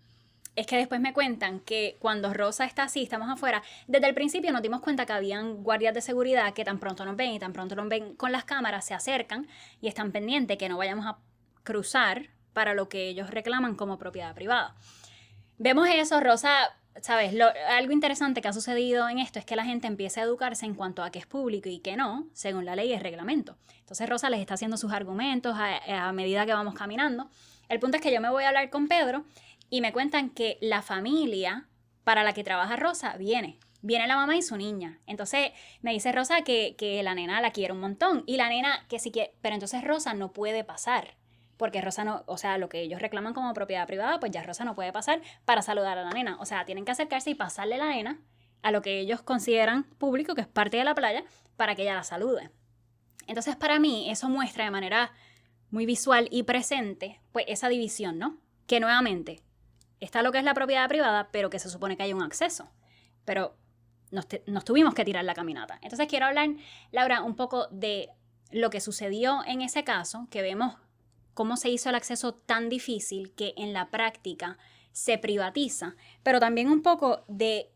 A: Es que después me cuentan que cuando Rosa está así, estamos afuera, desde el principio nos dimos cuenta que habían guardias de seguridad que tan pronto nos ven y tan pronto nos ven con las cámaras, se acercan y están pendientes que no vayamos a cruzar para lo que ellos reclaman como propiedad privada. Vemos eso, Rosa, ¿sabes? Lo, algo interesante que ha sucedido en esto es que la gente empieza a educarse en cuanto a qué es público y qué no, según la ley y el reglamento. Entonces Rosa les está haciendo sus argumentos a, a medida que vamos caminando. El punto es que yo me voy a hablar con Pedro y me cuentan que la familia para la que trabaja Rosa viene. Viene la mamá y su niña. Entonces me dice Rosa que, que la nena la quiere un montón. Y la nena que sí quiere. Pero entonces Rosa no puede pasar. Porque Rosa no, o sea, lo que ellos reclaman como propiedad privada, pues ya Rosa no puede pasar para saludar a la nena. O sea, tienen que acercarse y pasarle la nena a lo que ellos consideran público, que es parte de la playa, para que ella la salude. Entonces para mí eso muestra de manera muy visual y presente, pues esa división, ¿no? Que nuevamente está lo que es la propiedad privada, pero que se supone que hay un acceso. Pero nos, te, nos tuvimos que tirar la caminata. Entonces quiero hablar, Laura, un poco de lo que sucedió en ese caso, que vemos cómo se hizo el acceso tan difícil que en la práctica se privatiza, pero también un poco de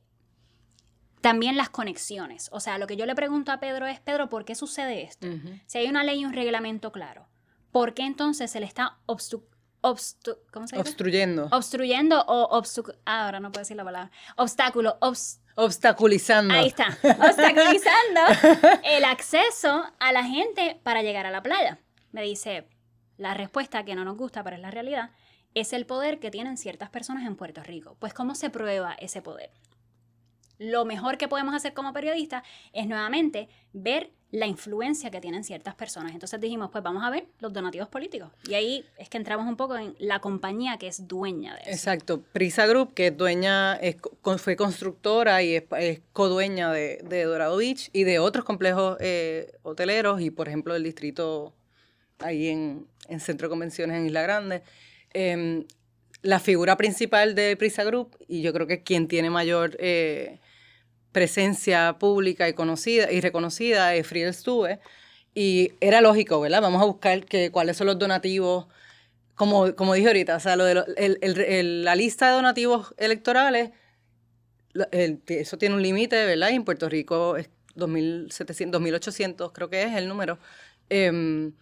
A: también las conexiones. O sea, lo que yo le pregunto a Pedro es, Pedro, ¿por qué sucede esto? Uh-huh. Si hay una ley y un reglamento claro, ¿por qué entonces se le está obstru Obstu ¿Cómo se dice?
B: Obstruyendo.
A: Obstruyendo o obstu ah, ahora no puedo decir la palabra. Obstáculo. Obs
B: Obstaculizando.
A: Ahí está. Obstaculizando el acceso a la gente para llegar a la playa. Me dice, la respuesta que no nos gusta, pero es la realidad, es el poder que tienen ciertas personas en Puerto Rico. Pues, ¿cómo se prueba ese poder? Lo mejor que podemos hacer como periodistas es nuevamente ver la influencia que tienen ciertas personas. Entonces dijimos, pues vamos a ver los donativos políticos. Y ahí es que entramos un poco en la compañía que es dueña de eso.
B: Exacto. Prisa Group, que es dueña, es, fue constructora y es, es codueña de, de Dorado Beach y de otros complejos eh, hoteleros y, por ejemplo, del distrito ahí en, en Centro de Convenciones en Isla Grande. Eh, la figura principal de Prisa Group, y yo creo que quien tiene mayor eh, presencia pública y conocida y reconocida es Friedel Stube, y era lógico, ¿verdad? Vamos a buscar que, cuáles son los donativos, como, como dije ahorita, o sea, lo de lo, el, el, el, la lista de donativos electorales, el, eso tiene un límite, ¿verdad? Y en Puerto Rico es dos mil setecientos, dos mil ochocientos, creo que es el número. Eh,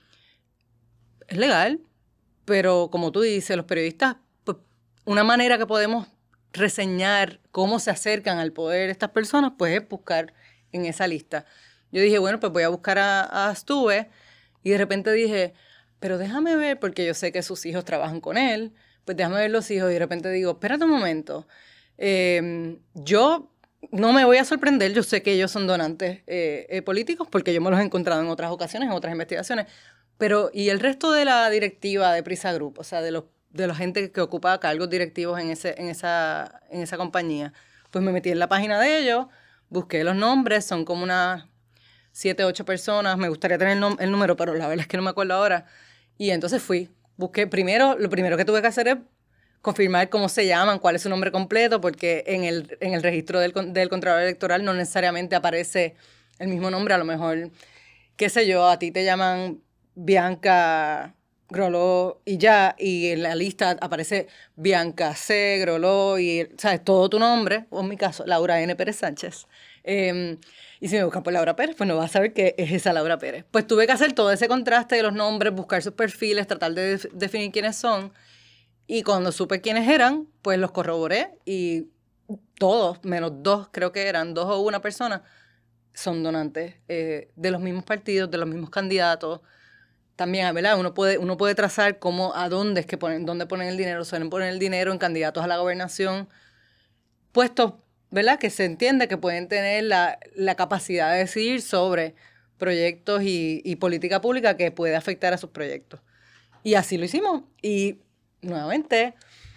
B: es legal, pero como tú dices, los periodistas, pues, una manera que podemos reseñar cómo se acercan al poder estas personas, pues es buscar en esa lista. Yo dije, bueno, pues voy a buscar a, a Stube, y de repente dije, pero déjame ver, porque yo sé que sus hijos trabajan con él, pues déjame ver los hijos, y de repente digo, espérate un momento, eh, yo no me voy a sorprender, yo sé que ellos son donantes eh, eh, políticos, porque yo me los he encontrado en otras ocasiones, en otras investigaciones, pero ¿y el resto de la directiva de Prisa Group, o sea, de los de la gente que ocupa cargos directivos en, ese, en, esa, en esa compañía? Pues me metí en la página de ellos, busqué los nombres, son como unas siete, ocho personas, me gustaría tener el, el número, pero la verdad es que no me acuerdo ahora. Y entonces fui, busqué, primero, lo primero que tuve que hacer es confirmar cómo se llaman, cuál es su nombre completo, porque en el, en el registro del, del Contralor Electoral no necesariamente aparece el mismo nombre, a lo mejor, qué sé yo, a ti te llaman Bianca Groló y ya, y en la lista aparece Bianca C. Groló y, ¿sabes? Todo tu nombre, o en mi caso, Laura N. Pérez Sánchez. Eh, y si me buscan por Laura Pérez, pues no vas a saber que es esa Laura Pérez. Pues tuve que hacer todo ese contraste de los nombres, buscar sus perfiles, tratar de def definir quiénes son. Y cuando supe quiénes eran, pues los corroboré y todos, menos dos, creo que eran dos o una persona, son donantes eh, de los mismos partidos, de los mismos candidatos. también, ¿verdad? Uno puede, uno puede trazar cómo, a dónde es que ponen, dónde ponen el dinero. Suelen poner el dinero en candidatos a la gobernación, puestos, ¿verdad? Que se entiende que pueden tener la, la capacidad de decidir sobre proyectos y, y política pública que puede afectar a sus proyectos. Y así lo hicimos. Y, nuevamente,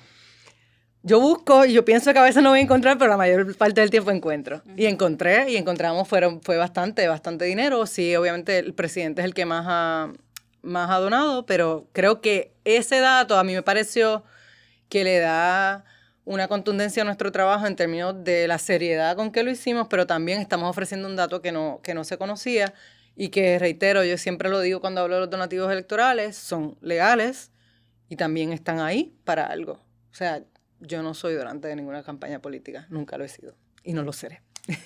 B: yo busco y yo pienso que a veces no voy a encontrar, pero la mayor parte del tiempo encuentro. Uh-huh. Y encontré, y encontramos, fueron, fue bastante, bastante dinero. Sí, obviamente el presidente es el que más ha, más ha donado, pero creo que ese dato a mí me pareció que le da una contundencia a nuestro trabajo en términos de la seriedad con que lo hicimos, pero también estamos ofreciendo un dato que no, que no se conocía y que, reitero, yo siempre lo digo cuando hablo de los donativos electorales, son legales y también están ahí para algo. O sea, yo no soy donante de ninguna campaña política, nunca lo he sido y no lo seré.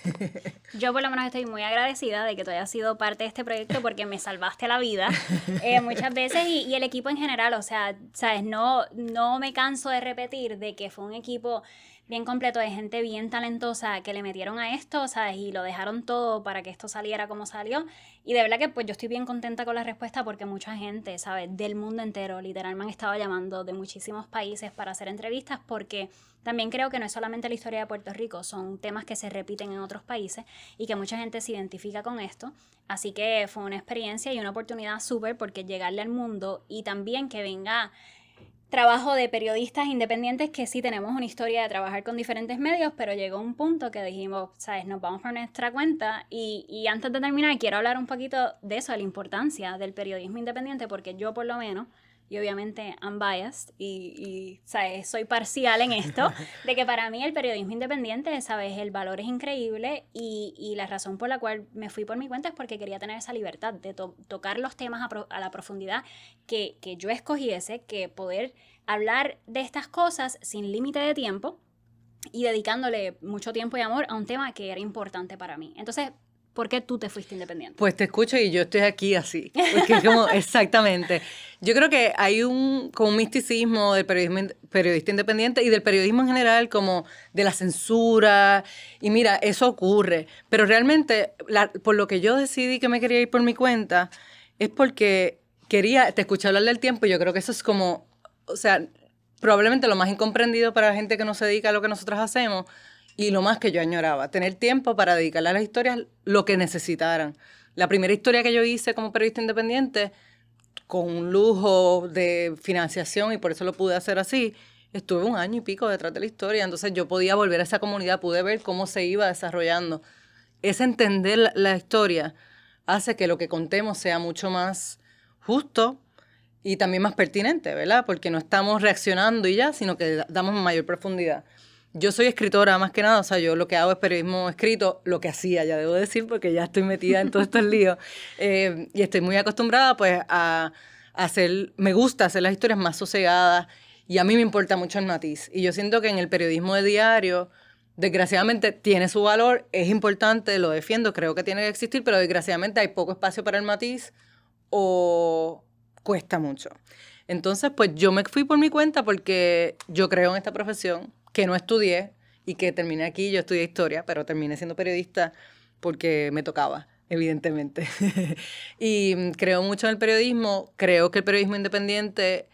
A: Yo por lo menos estoy muy agradecida de que tú hayas sido parte de este proyecto porque me salvaste la vida eh, muchas veces y, y el equipo en general, o sea, sabes, no, no me canso de repetir de que fue un equipo bien completo de gente bien talentosa que le metieron a esto, ¿sabes? Y lo dejaron todo para que esto saliera como salió. Y de verdad que pues yo estoy bien contenta con la respuesta porque mucha gente, ¿sabes? Del mundo entero, literal, me han estado llamando de muchísimos países para hacer entrevistas porque también creo que no es solamente la historia de Puerto Rico, son temas que se repiten en otros países y que mucha gente se identifica con esto. Así que fue una experiencia y una oportunidad súper porque llegarle al mundo y también que venga trabajo de periodistas independientes que sí tenemos una historia de trabajar con diferentes medios, pero llegó un punto que dijimos, ¿sabes? Nos vamos por nuestra cuenta y, y antes de terminar quiero hablar un poquito de eso, de la importancia del periodismo independiente, porque yo por lo menos, y obviamente I'm biased y, y ¿sabes? Soy parcial en esto, de que para mí el periodismo independiente, ¿sabes? El valor es increíble y, y la razón por la cual me fui por mi cuenta es porque quería tener esa libertad de to- tocar los temas a, pro- a la profundidad que, que yo escogiese, que poder hablar de estas cosas sin límite de tiempo y dedicándole mucho tiempo y amor a un tema que era importante para mí. Entonces, ¿por qué tú te fuiste independiente?
B: Pues te escucho y yo estoy aquí así. Porque es como, exactamente. Yo creo que hay un, como un misticismo del periodismo, periodista independiente y del periodismo en general, como de la censura. Y mira, eso ocurre. Pero realmente, la, por lo que yo decidí que me quería ir por mi cuenta, es porque quería, te escuché hablar del tiempo y yo creo que eso es como, o sea, probablemente lo más incomprendido para la gente que no se dedica a lo que nosotros hacemos. Y lo más que yo añoraba, tener tiempo para dedicarle a las historias lo que necesitaran. La primera historia que yo hice como periodista independiente, con un lujo de financiación, y por eso lo pude hacer así, estuve un año y pico detrás de la historia. Entonces yo podía volver a esa comunidad, pude ver cómo se iba desarrollando. Ese entender la, la historia hace que lo que contemos sea mucho más justo y también más pertinente, ¿verdad? Porque no estamos reaccionando y ya, sino que damos mayor profundidad. Yo soy escritora más que nada, o sea, yo lo que hago es periodismo escrito, lo que hacía, ya debo decir, porque ya estoy metida en todos estos líos. Eh, y estoy muy acostumbrada, pues, a, a hacer, me gusta hacer las historias más sosegadas y a mí me importa mucho el matiz. Y yo siento que en el periodismo de diario, desgraciadamente, tiene su valor, es importante, lo defiendo, creo que tiene que existir, pero desgraciadamente hay poco espacio para el matiz o cuesta mucho. Entonces, pues, yo me fui por mi cuenta porque yo creo en esta profesión, que no estudié y que terminé aquí, yo estudié historia, pero terminé siendo periodista porque me tocaba, evidentemente. Y creo mucho en el periodismo, creo que el periodismo independiente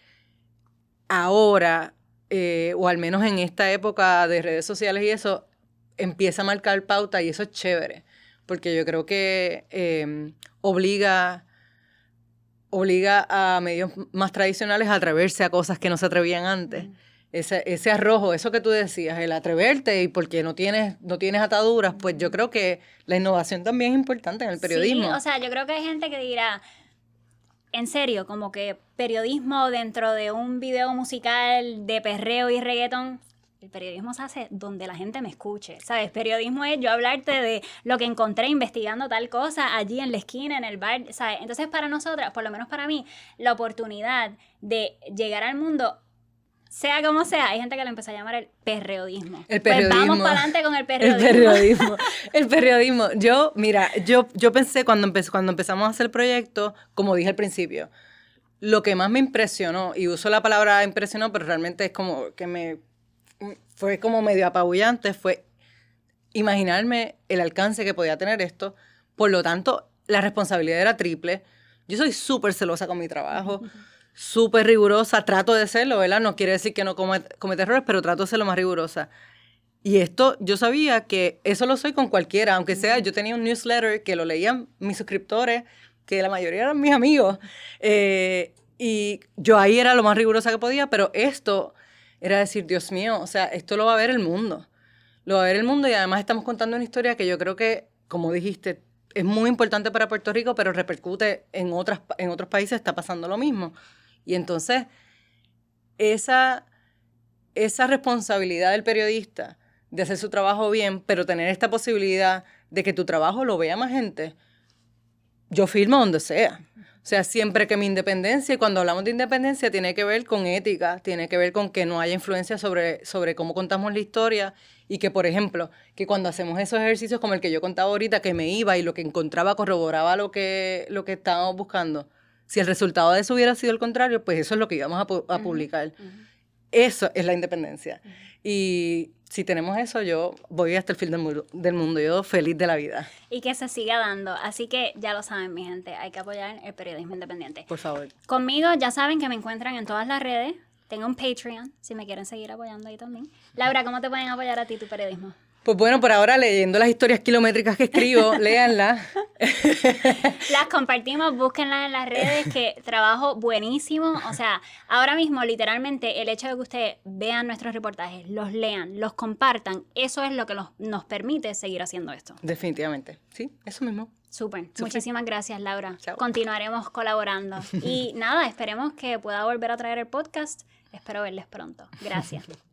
B: ahora, eh, o al menos en esta época de redes sociales y eso, empieza a marcar pauta y eso es chévere, porque yo creo que eh, obliga... obliga a medios más tradicionales a atreverse a cosas que no se atrevían antes. Mm. Ese, ese arrojo, eso que tú decías, el atreverte y porque no tienes, no tienes ataduras, pues yo creo que la innovación también es importante en el periodismo.
A: Sí, o sea, yo creo que hay gente que dirá, en serio, como que periodismo dentro de un video musical de perreo y reggaetón. El periodismo se hace donde la gente me escuche, ¿sabes? Periodismo es yo hablarte de lo que encontré investigando tal cosa allí en la esquina, en el bar, ¿sabes? Entonces para nosotras, por lo menos para mí, la oportunidad de llegar al mundo, sea como sea, hay gente que lo empezó a llamar el perreodismo.
B: El periodismo.
A: Pues vamos para adelante con el periodismo.
B: El periodismo. El periodismo. Yo, mira, yo, yo pensé cuando, empe cuando empezamos a hacer el proyecto, como dije al principio, lo que más me impresionó, y uso la palabra impresionó, pero realmente es como que me... fue como medio apabullante, fue imaginarme el alcance que podía tener esto. Por lo tanto, la responsabilidad era triple. Yo soy súper celosa con mi trabajo, súper rigurosa, trato de serlo, ¿verdad? No quiere decir que no cometa, cometa errores, pero trato de ser lo más rigurosa. Y esto, yo sabía que eso lo soy con cualquiera, aunque sea, yo tenía un newsletter que lo leían mis suscriptores, que la mayoría eran mis amigos, eh, y yo ahí era lo más rigurosa que podía, pero esto era decir, Dios mío, o sea, esto lo va a ver el mundo. Lo va a ver el mundo y además estamos contando una historia que yo creo que, como dijiste, es muy importante para Puerto Rico, pero repercute en, otras, en otros países, está pasando lo mismo. Y entonces, esa, esa responsabilidad del periodista de hacer su trabajo bien, pero tener esta posibilidad de que tu trabajo lo vea más gente, yo firmo donde sea. O sea, siempre que mi independencia, y cuando hablamos de independencia, tiene que ver con ética, tiene que ver con que no haya influencia sobre, sobre cómo contamos la historia y que, por ejemplo, que cuando hacemos esos ejercicios como el que yo contaba ahorita, que me iba y lo que encontraba corroboraba lo que, lo que estábamos buscando, si el resultado de eso hubiera sido el contrario, pues eso es lo que íbamos a, pu a publicar. Uh-huh. Eso es la independencia. Uh-huh. Y si tenemos eso, yo voy hasta el fin del mundo, del mundo, yo feliz de la vida.
A: Y que se siga dando. Así que ya lo saben, mi gente, hay que apoyar el periodismo independiente.
B: Por favor.
A: Conmigo ya saben que me encuentran en todas las redes. Tengo un Patreon, si me quieren seguir apoyando ahí también. Laura, ¿cómo te pueden apoyar a ti tu periodismo?
B: Pues bueno, por ahora leyendo las historias kilométricas que escribo, léanlas.
A: Las compartimos, búsquenlas en las redes, que trabajo buenísimo. O sea, ahora mismo, literalmente, el hecho de que ustedes vean nuestros reportajes, los lean, los compartan, eso es lo que nos, nos permite seguir haciendo esto.
B: Definitivamente, sí, eso mismo.
A: Súper. Muchísimas gracias, Laura.
B: Chao.
A: Continuaremos colaborando. Y nada, esperemos que pueda volver a traer el podcast. Espero verles pronto. Gracias.